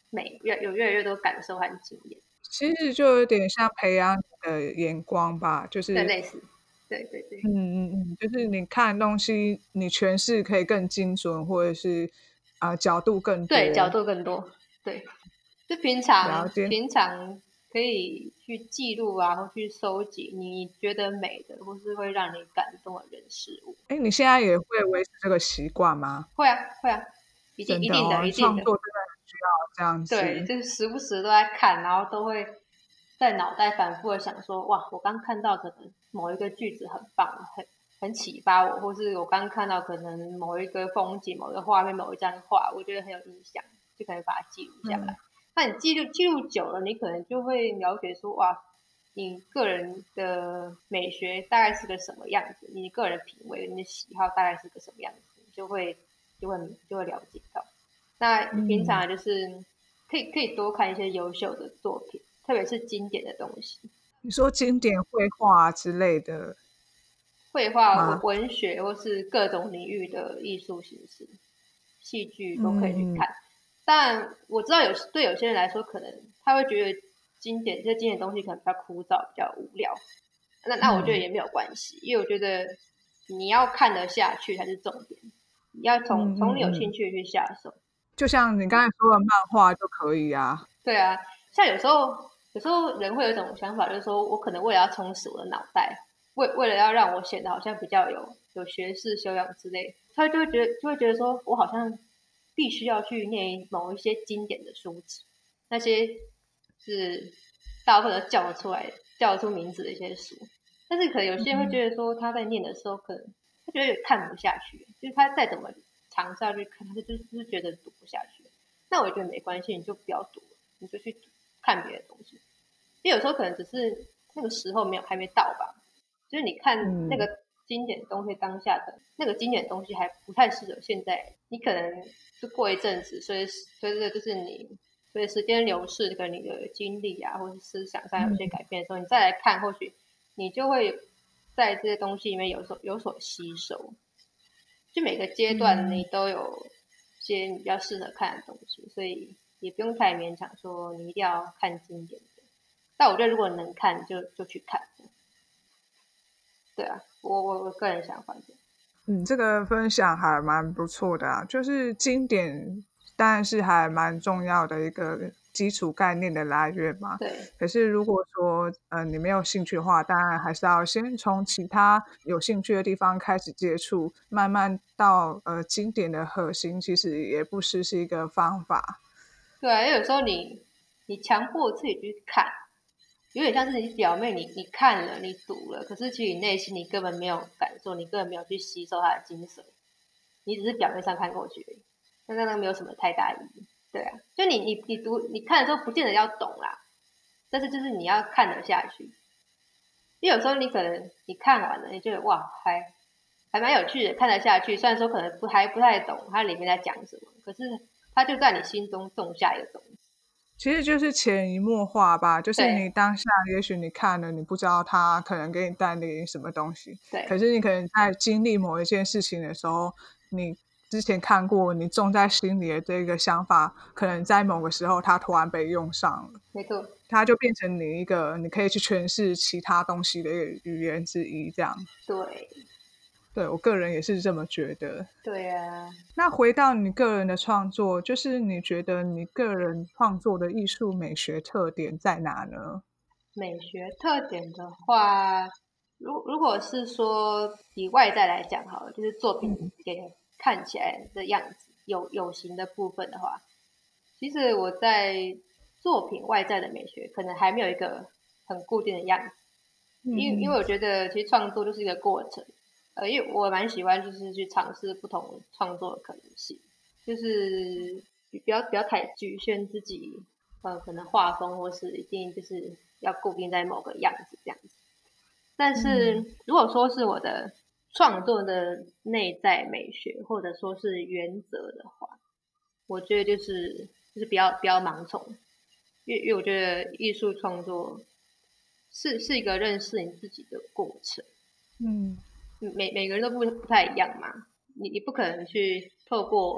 Speaker 2: 美，越来越多感受和经验。
Speaker 1: 其实就有点像培养你的眼光吧，就是
Speaker 2: 类似，对，
Speaker 1: 就是你看东西，你诠释可以更精准，或者是角度更多，
Speaker 2: 对，角度更多，对，就平
Speaker 1: 了解。
Speaker 2: 常可以去记录啊，或去收集你觉得美的，或是会让你感动的人事物。
Speaker 1: 哎，你现在也会维持这个习惯吗？
Speaker 2: 会啊，会啊，
Speaker 1: 真的哦，
Speaker 2: 一定的，
Speaker 1: 创作真的很需要这样
Speaker 2: 对，
Speaker 1: 子。
Speaker 2: 就是时不时都在看，然后都会在脑袋反复的想说，哇，我刚看到可能某一个句子很棒，很启发我，或是我刚看到可能某一个风景、某一个画面、某一张画，我觉得很有印象，就可能把它记录下来。那你记录久了，你可能就会了解说，哇，你个人的美学大概是个什么样子，你个人的品味、你的喜好大概是个什么样子，你就会了解到。那平常就是可以多看一些优秀的作品，特别是经典的东西，
Speaker 1: 你说经典绘画之类的
Speaker 2: 绘画、
Speaker 1: 吗？
Speaker 2: 文学或是各种领域的艺术形式、戏剧都可以去看。但我知道对有些人来说，可能他会觉得经典的东西可能比较枯燥、比较无聊。那我觉得也没有关系，因为我觉得你要看得下去才是重点，你要从你有兴趣去下手。
Speaker 1: 就像你刚才说的漫画就可以啊。
Speaker 2: 对啊，像有时候人会有一种想法，就是说我可能为了要充实我的脑袋，为了要让我显得好像比较有学识修养之类，他就会觉得说我好像必须要去念某一些经典的书籍，那些是大部分都叫得出名字的一些书，但是可能有些人会觉得说他在念的时候，可能他觉得有点看不下去，就是他再怎么尝试要去看，他就是觉得读不下去。那我觉得没关系，你就不要读了，你就去看别的东西。因为有时候可能只是那个时候还没到吧，就是你看那个经典的东西当下的那个经典的东西还不太适合现在，你可能就过一阵子，随着就是你随着时间流逝，跟你的经历啊，或是思想上有些改变的时候，你再来看，或许你就会在这些东西里面有所吸收。就每个阶段你都有些你比较适合看的东西，所以也不用太勉强说你一定要看经典的。但我觉得如果能看就去看，对啊，我个人想法是。
Speaker 1: 这个分享还蛮不错的啊，就是经典当然是还蛮重要的一个基础概念的来源嘛。
Speaker 2: 对，
Speaker 1: 可是如果说你没有兴趣的话，当然还是要先从其他有兴趣的地方开始接触，慢慢到经典的核心，其实也不失是一个方法。
Speaker 2: 对啊，因为有时候你强迫自己去看，有点像是你表面你看了你读了，可是其实你内心你根本没有感受，你根本没有去吸收它的精髓，你只是表面上看过去而已，那没有什么太大意义。对啊，就你看的时候不见得要懂啦，但是就是你要看得下去，因为有时候你可能你看完了，你觉得哇还蛮有趣的，看得下去，虽然说可能还不太懂它里面在讲什么，可是它就在你心中种下一个种子。
Speaker 1: 其实就是潜移默化吧，就是你
Speaker 2: 对
Speaker 1: 当下也许你看了，你不知道它可能给你带领什么东西，可
Speaker 2: 对
Speaker 1: 是你可能在经历某一件事情的时候，你之前看过，你种在心里的这个想法，可能在某个时候它突然被用上了，
Speaker 2: 没错，
Speaker 1: 它就变成你一个你可以去诠释其他东西的一个语言之一，这样。
Speaker 2: 对
Speaker 1: 对，我个人也是这么觉得。
Speaker 2: 对啊。
Speaker 1: 那回到你个人的创作，就是你觉得你个人创作的艺术美学特点在哪呢？
Speaker 2: 美学特点的话，如果是说以外在来讲好了，就是作品给看起来的样子，有形的部分的话，其实我在作品外在的美学可能还没有一个很固定的样子，因为我觉得其实创作就是一个过程，因为我蛮喜欢就是去尝试不同创作的可能性，就是不要太局限自己，可能画风或是一定就是要固定在某个样子这样子。但是如果说是我的创作的内在美学或者说是原则的话，我觉得就是不要盲从，因为我觉得艺术创作是一个认识你自己的过程。
Speaker 1: 嗯
Speaker 2: 每个人都不太一样嘛，你不可能去透过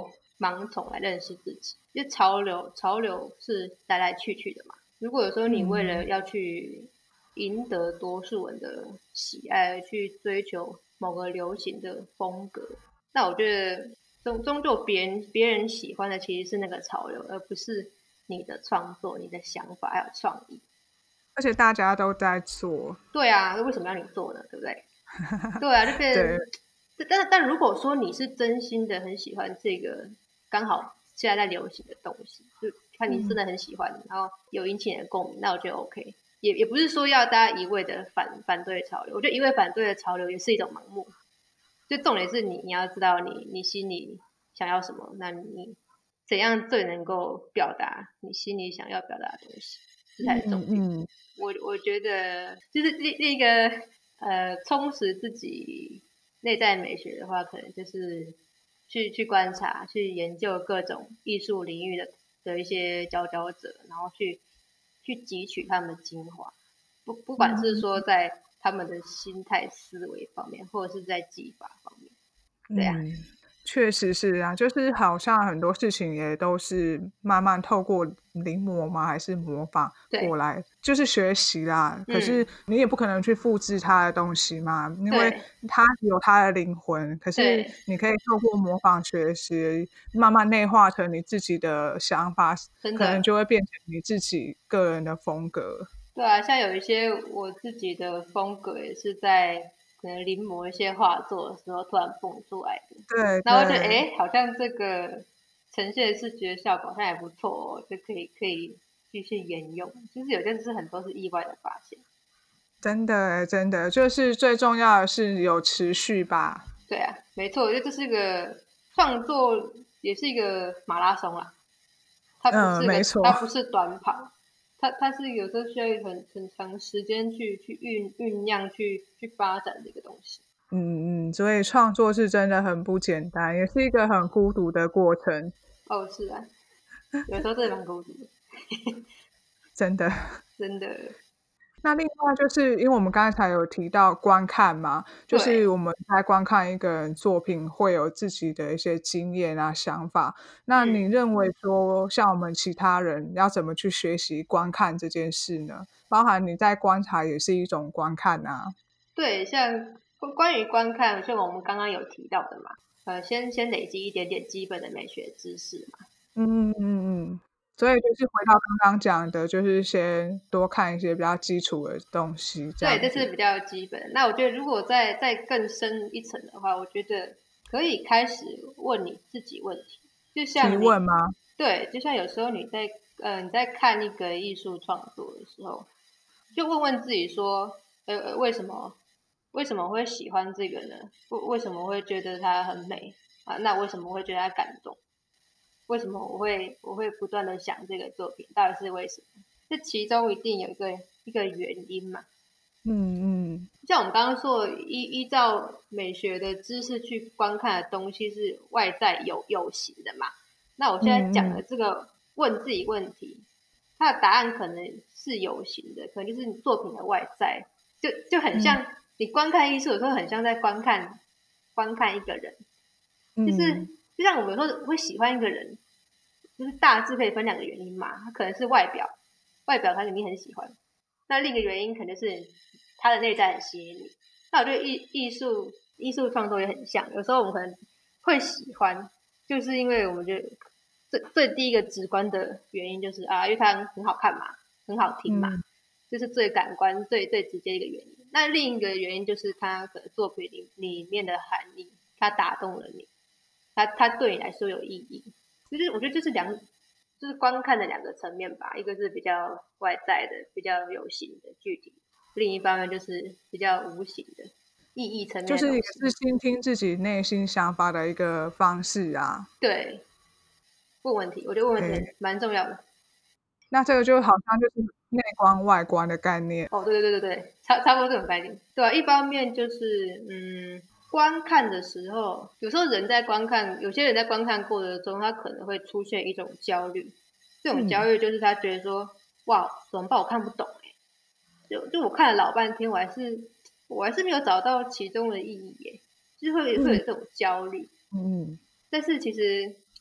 Speaker 2: 盲从来认识自己。因为潮流是来来去去的嘛。如果有时候你为了要去赢得多数人的喜爱，去追求某个流行的风格，那我觉得终究别人喜欢的其实是那个潮流，而不是你的创作、你的想法还有创意。
Speaker 1: 而且大家都在做。
Speaker 2: 对啊，为什么要你做呢？对不对？对啊，就变成但如果说你是真心的很喜欢这个刚好现在在流行的东西，就看你真的很喜欢，然后有引起你的共鸣，那我觉得 OK。也不是说要大家一味的反对潮流，我觉得一味反对的潮流也是一种盲目。就重点是你要知道你心里想要什么，那你怎样最能够表达你心里想要表达的东西，这才是重点。我觉得就是另一个充实自己内在美学的话，可能就是去观察、去研究各种艺术领域的一些佼佼者，然后去汲取他们的精华，不管是说在他们的心态思维方面，或者是在技法方面。对啊，
Speaker 1: 确实是啊，就是好像很多事情也都是慢慢透过临摹吗？还是模仿过来，就是学习啦。可是你也不可能去复制他的东西嘛，因为他有他的灵魂。可是你可以透过模仿学习，慢慢内化成你自己的想法，可能就会变成你自己个人的风格。
Speaker 2: 对啊，像有一些我自己的风格也是在可能临摹一些画作的时候突然蹦出来的。
Speaker 1: 对，
Speaker 2: 然后就好像这个呈现的视觉效果好像还不错哦，就可以继续沿用。就是有些是很多是意外的发现。
Speaker 1: 真的真的，就是最重要的是有持续吧。
Speaker 2: 对啊，没错，我觉得这是个创作，也是一个马拉松啦。它不是短跑。它是有时候需要很长时间去酝酿、去发展的一个东西。
Speaker 1: 所以创作是真的很不简单，也是一个很孤独的过程。
Speaker 2: 哦，是啊，有时候真的蛮孤独的。
Speaker 1: 真的。
Speaker 2: 真的。
Speaker 1: 那另外就是因为我们刚才有提到观看嘛，就是我们在观看一个人作品会有自己的一些经验啊、想法。那你认为说像我们其他人要怎么去学习观看这件事呢？包含你在观察也是一种观看啊。
Speaker 2: 对，像关于观看，像我们刚刚有提到的嘛，先累积一点点基本的美学知识嘛。
Speaker 1: 所以就是回到刚刚讲的，就是先多看一些比较基础的东西。
Speaker 2: 对，这是比较基本。那我觉得如果再更深一层的话，我觉得可以开始问你自己问题，就像
Speaker 1: 提问吗？
Speaker 2: 对，就像有时候你在看一个艺术创作的时候，就问问自己说，为什么会喜欢这个呢？为什么会觉得它很美啊？那为什么会觉得它感动？为什么我会不断的想这个作品到底是为什么？这其中一定有一个原因嘛。像我们刚刚说的，依照美学的知识去观看的东西是外在有形的嘛。那我现在讲的这个问自己问题，它的答案可能是有形的，可能就是你作品的外在，就很像你观看艺术的时候，很像在观看一个人，就像我们有时候会喜欢一个人，就是大致可以分两个原因嘛，它可能是外表他肯定很喜欢，那另一个原因可能是他的内在很吸引你。那我觉得艺术创作也很像，有时候我们可能会喜欢，就是因为我们觉得最第一个直观的原因就是因为它很好看嘛，很好听嘛，就是最感官最直接一个原因。那另一个原因就是它的作品里面的含义，它打动了你，它对你来说有意义。就是我觉得这是就是观看的两个层面吧，一个是比较外在的、比较有形的具体，另一方面就是比较无形的意义层面的，
Speaker 1: 就是也是倾听自己内心想法的一个方式啊。
Speaker 2: 对，问问题，我觉得问问题蛮重要的。
Speaker 1: 那这个就好像就是内观外观的概念。
Speaker 2: 哦，对，差不多这种概念。对啊，一方面就是观看的时候，有时候人在观看，有些人在观看过程中，他可能会出现一种焦虑。这种焦虑就是他觉得说，哇，怎么办？我看不懂就我看了老半天，我还是没有找到其中的意义就是会有这种焦虑。但是其实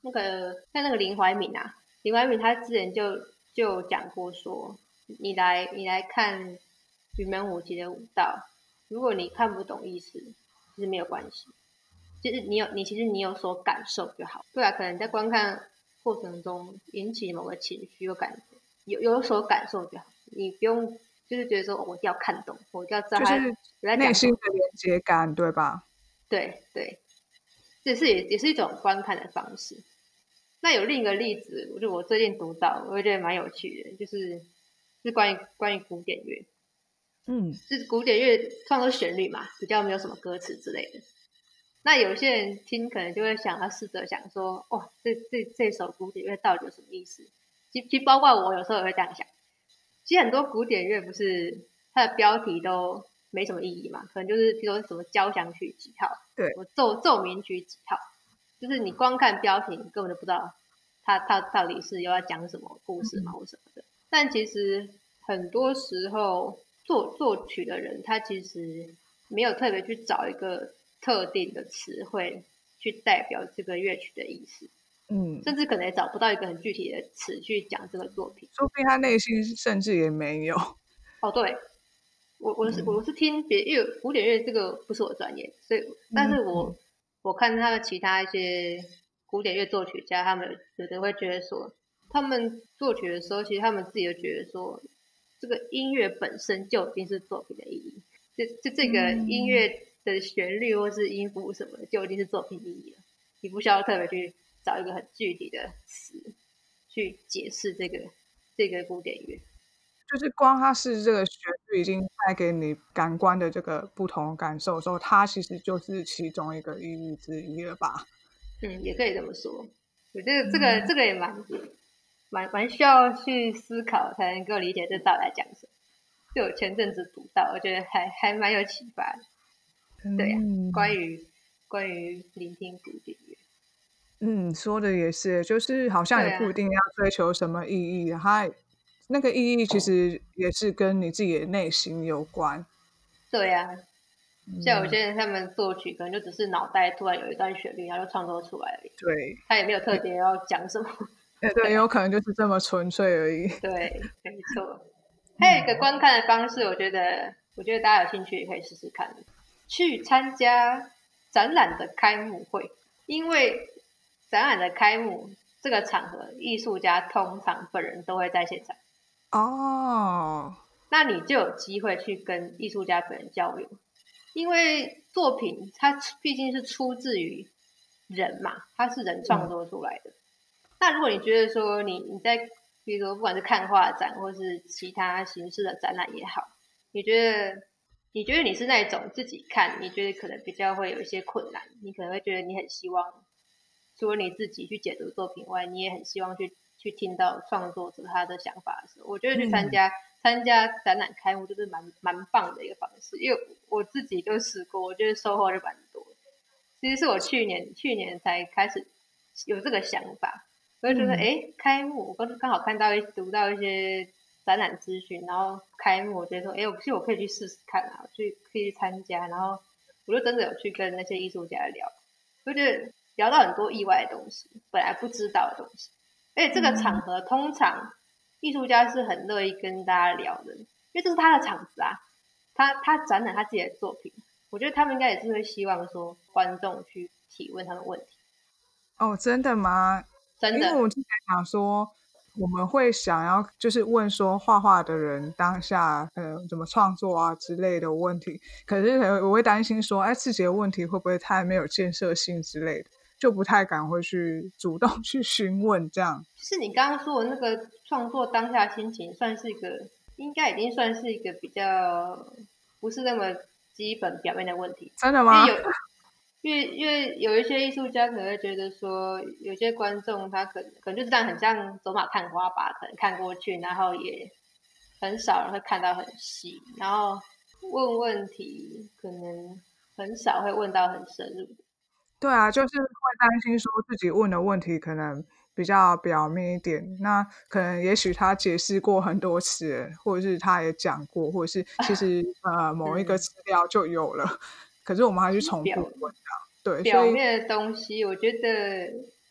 Speaker 2: 像那个林怀民啊，林怀民他之前就讲过说，你来看云门舞集的舞蹈，如果你看不懂意思，其实没有关系，就是其实你有所感受就好。对啊，可能在观看过程中引起某个情绪有感觉，有所感受就好，你不用就是觉得说我一定要看懂，我一定要知道他
Speaker 1: 就是
Speaker 2: 在讲什么。
Speaker 1: 内心的连接感，对吧？
Speaker 2: 对对，这也是一种观看的方式。那有另一个例子，我最近读到，我觉得蛮有趣的，就是关于古典乐，就是古典乐创作旋律嘛，比较没有什么歌词之类的。那有些人听可能就会想要试着想说，哇，这首古典乐到底有什么意思？其实包括我有时候也会这样想。其实很多古典乐不是它的标题都没什么意义嘛，可能就是比如说什么交响曲几号，
Speaker 1: 对，
Speaker 2: 什么奏鸣曲几号，就是你光看标题，你根本就不知道它到底是又要讲什么故事嘛或什么的。但其实很多时候作曲的人，他其实没有特别去找一个特定的词汇去代表这个乐曲的意思，甚至可能也找不到一个很具体的词去讲这个作品。
Speaker 1: 说不定他内心甚至也没有。
Speaker 2: 哦，对，我是听因为古典乐这个不是我专业，所以但是我看他的其他一些古典乐作曲家，他们有的会觉得说，他们作曲的时候，其实他们自己就觉得说，这个音乐本身就已经是作品的意义，这个音乐的旋律或是音符什么的，就已经是作品意义了。你不需要特别去找一个很具体的词去解释这个古典乐。
Speaker 1: 就是光它是这个旋律已经带给你感官的这个不同感受的时候，它其实就是其中一个意义之一了吧？
Speaker 2: 也可以这么说。我觉得这个也蛮需要去思考，才能够理解这到底在讲什么。就我前阵子读到，我觉得还蛮有启发的。对呀、关于聆听古典乐。
Speaker 1: 说的也是，就是好像也
Speaker 2: 对啊，
Speaker 1: 不一定要追求什么意义，它那个意义其实也是跟你自己的内心有关。
Speaker 2: 对啊，像有些人他们作曲可能就只是脑袋突然有一段旋律，然后就创作出来而已，
Speaker 1: 对，
Speaker 2: 他也没有特别要讲什么。
Speaker 1: 对，有可能就是这么纯粹而已。
Speaker 2: 对，没错。还有一个观看的方式，我觉得大家有兴趣也可以试试看，去参加展览的开幕会，因为展览的开幕这个场合，艺术家通常本人都会在现场，
Speaker 1: 哦，
Speaker 2: 那你就有机会去跟艺术家本人交流，因为作品它毕竟是出自于人嘛，它是人创作出来的。那如果你觉得说你在比如说不管是看画展或是其他形式的展览也好，你觉得你是那种自己看，你觉得可能比较会有一些困难，你可能会觉得你很希望除了你自己去解读作品外，你也很希望去听到创作者他的想法的时候，我觉得去参加展览开幕就是蛮棒的一个方式，因为我自己就试过，我觉得收获就蛮多的。其实是我去年才开始有这个想法，我就觉得开幕我刚好读到一些展览资讯，然后开幕我觉得说我可以去试试看啊，可以去参加，然后我就真的有去跟那些艺术家聊，我觉得聊到很多意外的东西，本来不知道的东西，而且这个场合通常艺术家是很乐意跟大家聊的，因为这是他的场子啊，他展览他自己的作品，我觉得他们应该也是会希望说观众去提问他们问题。
Speaker 1: 哦，真的吗？
Speaker 2: 真的。
Speaker 1: 因为我之前想说，我们会想要就是问说画画的人当下怎么创作啊之类的问题，可是可能我会担心说，自己的问题会不会太没有建设性之类的，就不太敢会去主动去询问这样。
Speaker 2: 就是你刚刚说的那个创作当下心情，应该已经算是一个比较不是那么基本表面的问题，
Speaker 1: 真的吗？
Speaker 2: 因为有一些艺术家可能会觉得说，有些观众他可能就是这样，很像走马看花吧，可能看过去，然后也很少人会看到很细，然后问问题可能很少会问到很深入。
Speaker 1: 对啊，就是会担心说自己问的问题可能比较表面一点，那可能也许他解释过很多次，或者是他也讲过，或者是其实某一个资料就有了，可是我们还是重复问这样。对，所以
Speaker 2: 表面的东西，我觉得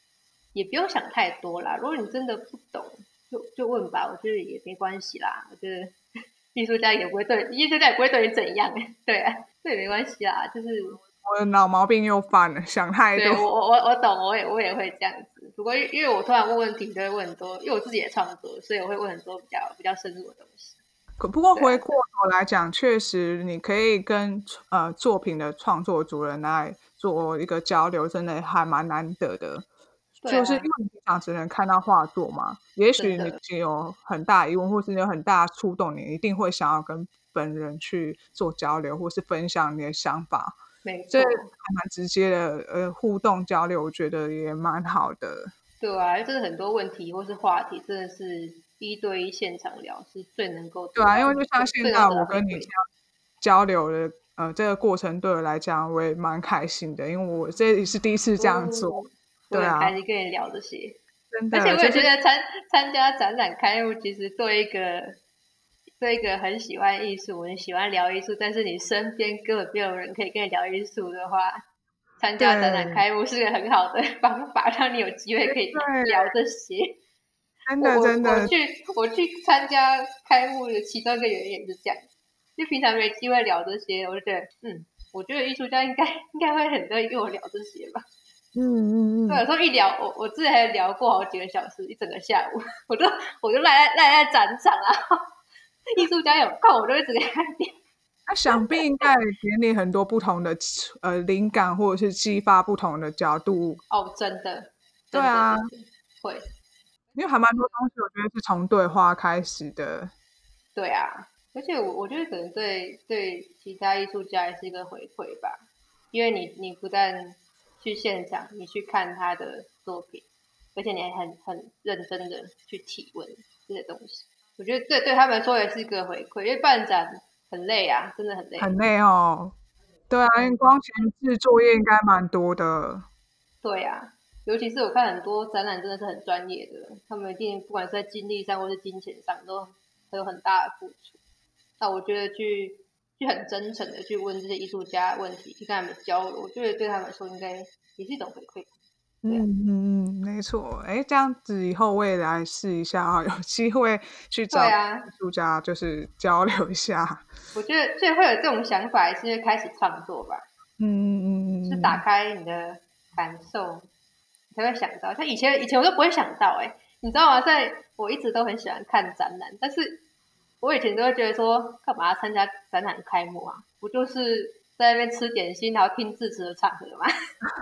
Speaker 2: 也不用想太多啦。如果你真的不懂，就问吧，我觉得也没关系啦。我觉得艺术家也不会对你怎样，对啊，这也没关系啦。就是
Speaker 1: 我的脑毛病又犯了，想太多。
Speaker 2: 对我懂，我也会这样子。不过因为我突然问问题，就会问很多，因为我自己也创作，所以我会问很多比较深入的东西。
Speaker 1: 不过回过头来讲，确实你可以跟作品的创作主人来做一个交流，真的还蛮难得的。就是因为你平常只能看到画作嘛，也许你有很大疑问，或是你有很大触动，你一定会想要跟本人去做交流，或是分享你的想法。
Speaker 2: 没错，
Speaker 1: 这还蛮直接的互动交流，我觉得也蛮好的。
Speaker 2: 对啊，真的很多问题或是话题，真的是1对1现场聊是最能够
Speaker 1: 对啊，因为就像现在我跟你这样交流的这个过程，对我来讲我也蛮开心的，因为我这也是第一次这样做。对啊，
Speaker 2: 我很开心跟你聊这些，
Speaker 1: 真的。
Speaker 2: 而且我也觉得参加展览开幕，其实对一个很喜欢艺术、很喜欢聊艺术，但是你身边根本没有人可以跟你聊艺术的话，参加展览开幕是个很好的方法，让你有机会可以聊这些。
Speaker 1: 真的真的，
Speaker 2: 我去参加开幕的其中一个原因也是这样，就平常没机会聊这些，我就觉得我觉得艺术家应该会很乐意跟我聊这些吧。对，有时候一聊，我之前还聊过好几个小时，一整个下午，我就赖在展场啊。艺术家有空，我就会直接看点。
Speaker 1: 那想必应该给你很多不同的灵感，或者是激发不同的角度。
Speaker 2: 哦，真的，
Speaker 1: 对啊，
Speaker 2: 会，
Speaker 1: 因为还蛮多东西，我觉得是从对话开始的。
Speaker 2: 对啊，而且我觉得可能对其他艺术家也是一个回馈吧，因为你不但去现场，你去看他的作品，而且你还很认真的去体问这些东西，我觉得对他们说也是一个回馈，因为办展很累啊，真的很累，
Speaker 1: 很累哦。对啊，因为光前置作业应该蛮多的。
Speaker 2: 对啊，尤其是我看很多展览真的是很专业的，他们一定不管是在精力上或是金钱上都有很大的付出。那我觉得去很真诚的去问这些艺术家问题，去跟他们交流，我觉得对他们来说应该也是一种回馈。
Speaker 1: 没错。这样子以后我也来试一下啊，有机会去找艺术家就是交流一下。
Speaker 2: 我觉得最会有这种想法，是因为开始创作吧。是打开你的感受，你才会想到。像以前我都不会想到你知道吗？在我一直都很喜欢看展览，但是我以前都会觉得说，干嘛要参加展览开幕啊？不就是在那边吃点心，然后听致辞的场合吗？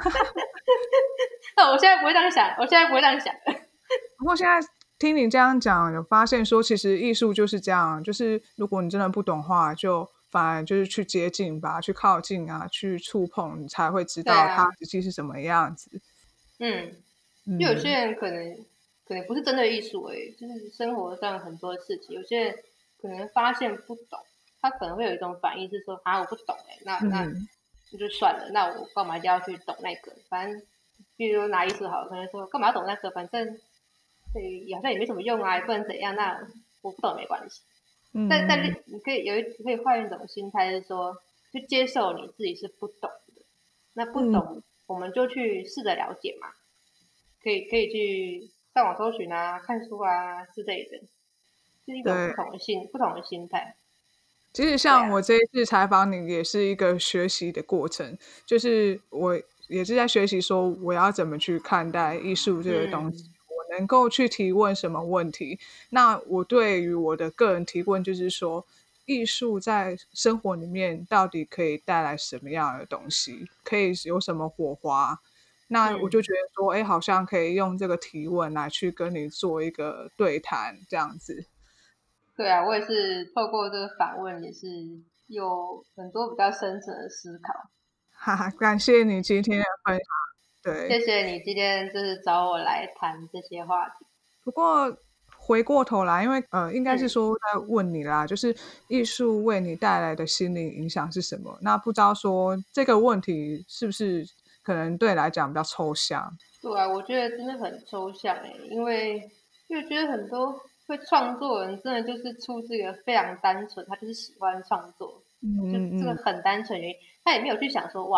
Speaker 2: 那我现在不会这样想，
Speaker 1: 不过现在听你这样讲，有发现说，其实艺术就是这样，就是如果你真的不懂话，就反而就是去接近吧，去靠近啊，去触碰，你才会知道它实际是什么样子。
Speaker 2: 因为有些人可能不是针对艺术就是生活上很多事情，有些人可能发现不懂，他可能会有一种反应是说我不懂那就算了，那我干嘛一定要去懂那个？反正比如拿艺术好了，可能说干嘛要懂那个？反正对，好像也没什么用啊，也不能怎样，那我不懂没关系。但是你可以换一种心态，是说去接受你自己是不懂的，那不懂我们就去试着了解嘛，可以去上网搜寻啊、看书啊之类的，是一种不同的心态。
Speaker 1: 其实像我这一次采访你，也是一个学习的过程，就是我也是在学习说我要怎么去看待艺术这个东西。我能够去提问什么问题？那我对于我的个人提问就是说，艺术在生活里面到底可以带来什么样的东西？可以有什么火花？那我就觉得说，好像可以用这个提问来去跟你做一个对谈，这样子。
Speaker 2: 对啊，我也是透过这个访问，也是有很多比较深层的思考。
Speaker 1: 哈哈，感谢你今天的分享。对，
Speaker 2: 谢谢你今天就是找我来谈这些话题。
Speaker 1: 不过回过头来，因为应该是说在问你啦，就是艺术为你带来的心理影响是什么？那不知道说这个问题是不是可能对你来讲比较抽象？
Speaker 2: 对啊，我觉得真的很抽象因为觉得很多会创作的人真的就是出自一个非常单纯，他就是喜欢创作，就这个很单纯他也没有去想说哇，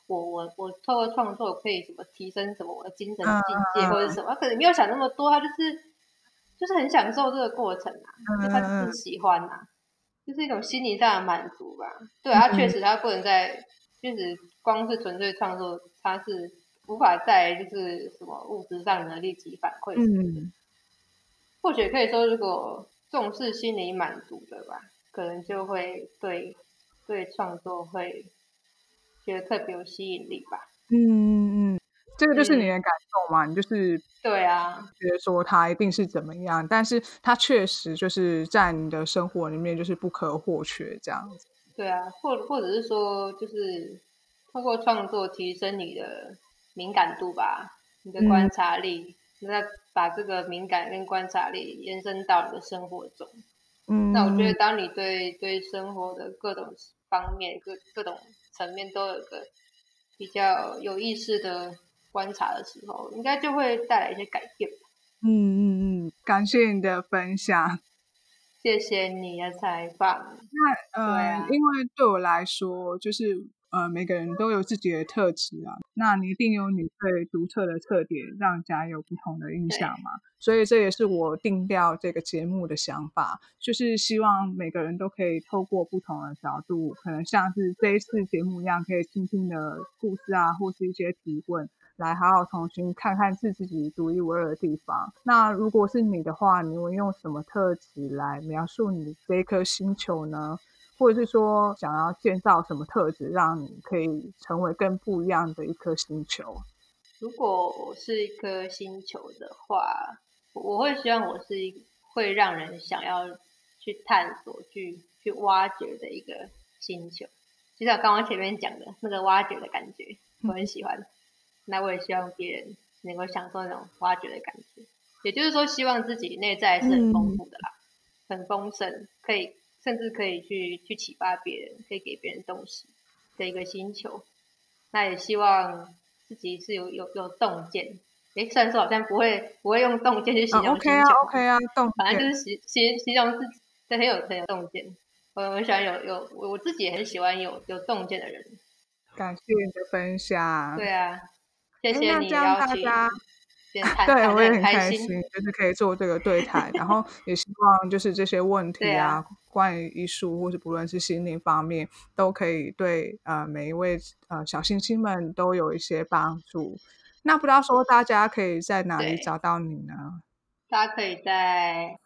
Speaker 2: 我透过创作可以什么提升什么我的精神境界或者什么，他可能没有想那么多，他就是很享受这个过程啊，就他就是喜欢啊，就是一种心理上的满足吧。对啊，他确实他不能确实光是纯粹创作，他是无法在就是什么物质上的立即反馈什么的。或许可以说，如果重视心理满足的吧，可能就会对创作会觉得特别有吸引力吧。
Speaker 1: 这个就是你的感受嘛，你就是
Speaker 2: 对啊，
Speaker 1: 觉得说它一定是怎么样，但是它确实就是在你的生活里面就是不可或缺这样子。
Speaker 2: 对啊，或者是说，就是通过创作提升你的敏感度吧，你的观察力，那把这个敏感跟观察力延伸到你的生活中。那我觉得，当你对生活的各种方面、各种层面都有个比较有意识的观察的时候，应该就会带来一些改变吧。
Speaker 1: 感谢你的分享。
Speaker 2: 谢谢你的采访。
Speaker 1: 那因为对我来说，就是每个人都有自己的特质啊，那你一定有你最独特的特点，让人家有不同的印象嘛。所以这也是我定调这个节目的想法，就是希望每个人都可以透过不同的角度，可能像是这一次节目一样，可以轻轻的故事啊，或是一些提问，来好好重新看看自己独一无二的地方。那如果是你的话，你会用什么特质来描述你这一颗星球呢？或者是说想要建造什么特质，让你可以成为更不一样的一颗星球？
Speaker 2: 如果我是一颗星球的话，我会希望我是会让人想要去探索、去挖掘的一个星球。就像刚刚前面讲的那个挖掘的感觉，我很喜欢。那我也希望别人能够享受那种挖掘的感觉。也就是说，希望自己内在是很丰富的啦，很丰盛，甚至可以去启发别人，可以给别人东西的一个星球。那也希望自己是有洞见。虽然说好像不会用洞见去形容星球
Speaker 1: ，OK 啊，洞见，
Speaker 2: 反正就是形容自己很有洞见。我很喜欢我自己也很喜欢有洞见的人。
Speaker 1: 感谢你的分享。
Speaker 2: 对啊，谢谢你邀请。
Speaker 1: 对，我也很开心，就是可以做这个对谈，然后也希望就是这些问题啊，关于艺术或是不论是心灵方面，都可以对每一位小星星们都有一些帮助。那不知道说大家可以在哪里找到你呢？
Speaker 2: 大家可以在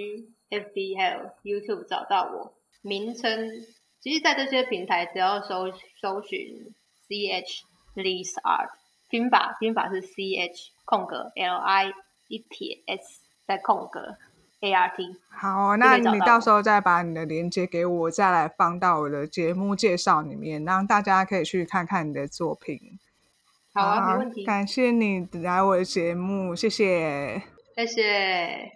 Speaker 2: IG、FB 还有 YouTube 找到我。名称其实在这些平台只要搜寻 CH Li's Art， 拼法是 CH 空格 LI 一撇 S 再空格 ART。
Speaker 1: 好，那你到时候再把你的连结给我，再来放到我的节目介绍里面，让大家可以去看看你的作品。
Speaker 2: 好啊，没问题。
Speaker 1: 感谢你来我的节目，谢谢。
Speaker 2: 谢谢。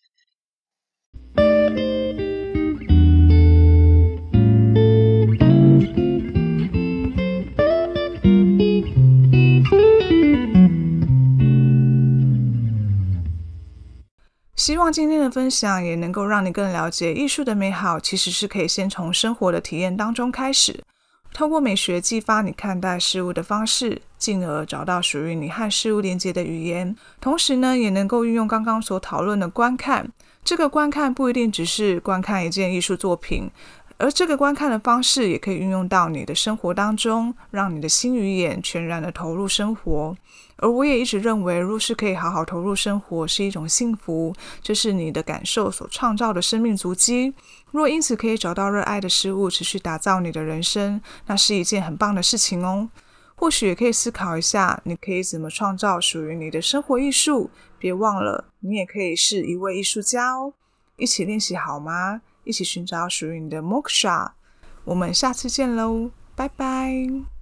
Speaker 1: 希望今天的分享也能够让你更了解艺术的美好，其实是可以先从生活的体验当中开始，透过美学激发你看待事物的方式，进而找到属于你和事物连接的语言。同时呢，也能够运用刚刚所讨论的观看，这个观看不一定只是观看一件艺术作品，而这个观看的方式也可以运用到你的生活当中，让你的心与眼全然的投入生活。而我也一直认为，若是可以好好投入生活是一种幸福，这是你的感受所创造的生命足迹。若因此可以找到热爱的事物，持续打造你的人生，那是一件很棒的事情哦。或许也可以思考一下，你可以怎么创造属于你的生活艺术。别忘了，你也可以是一位艺术家哦。一起练习好吗？一起寻找属于你的 Moksha。我们下次见喽，拜拜。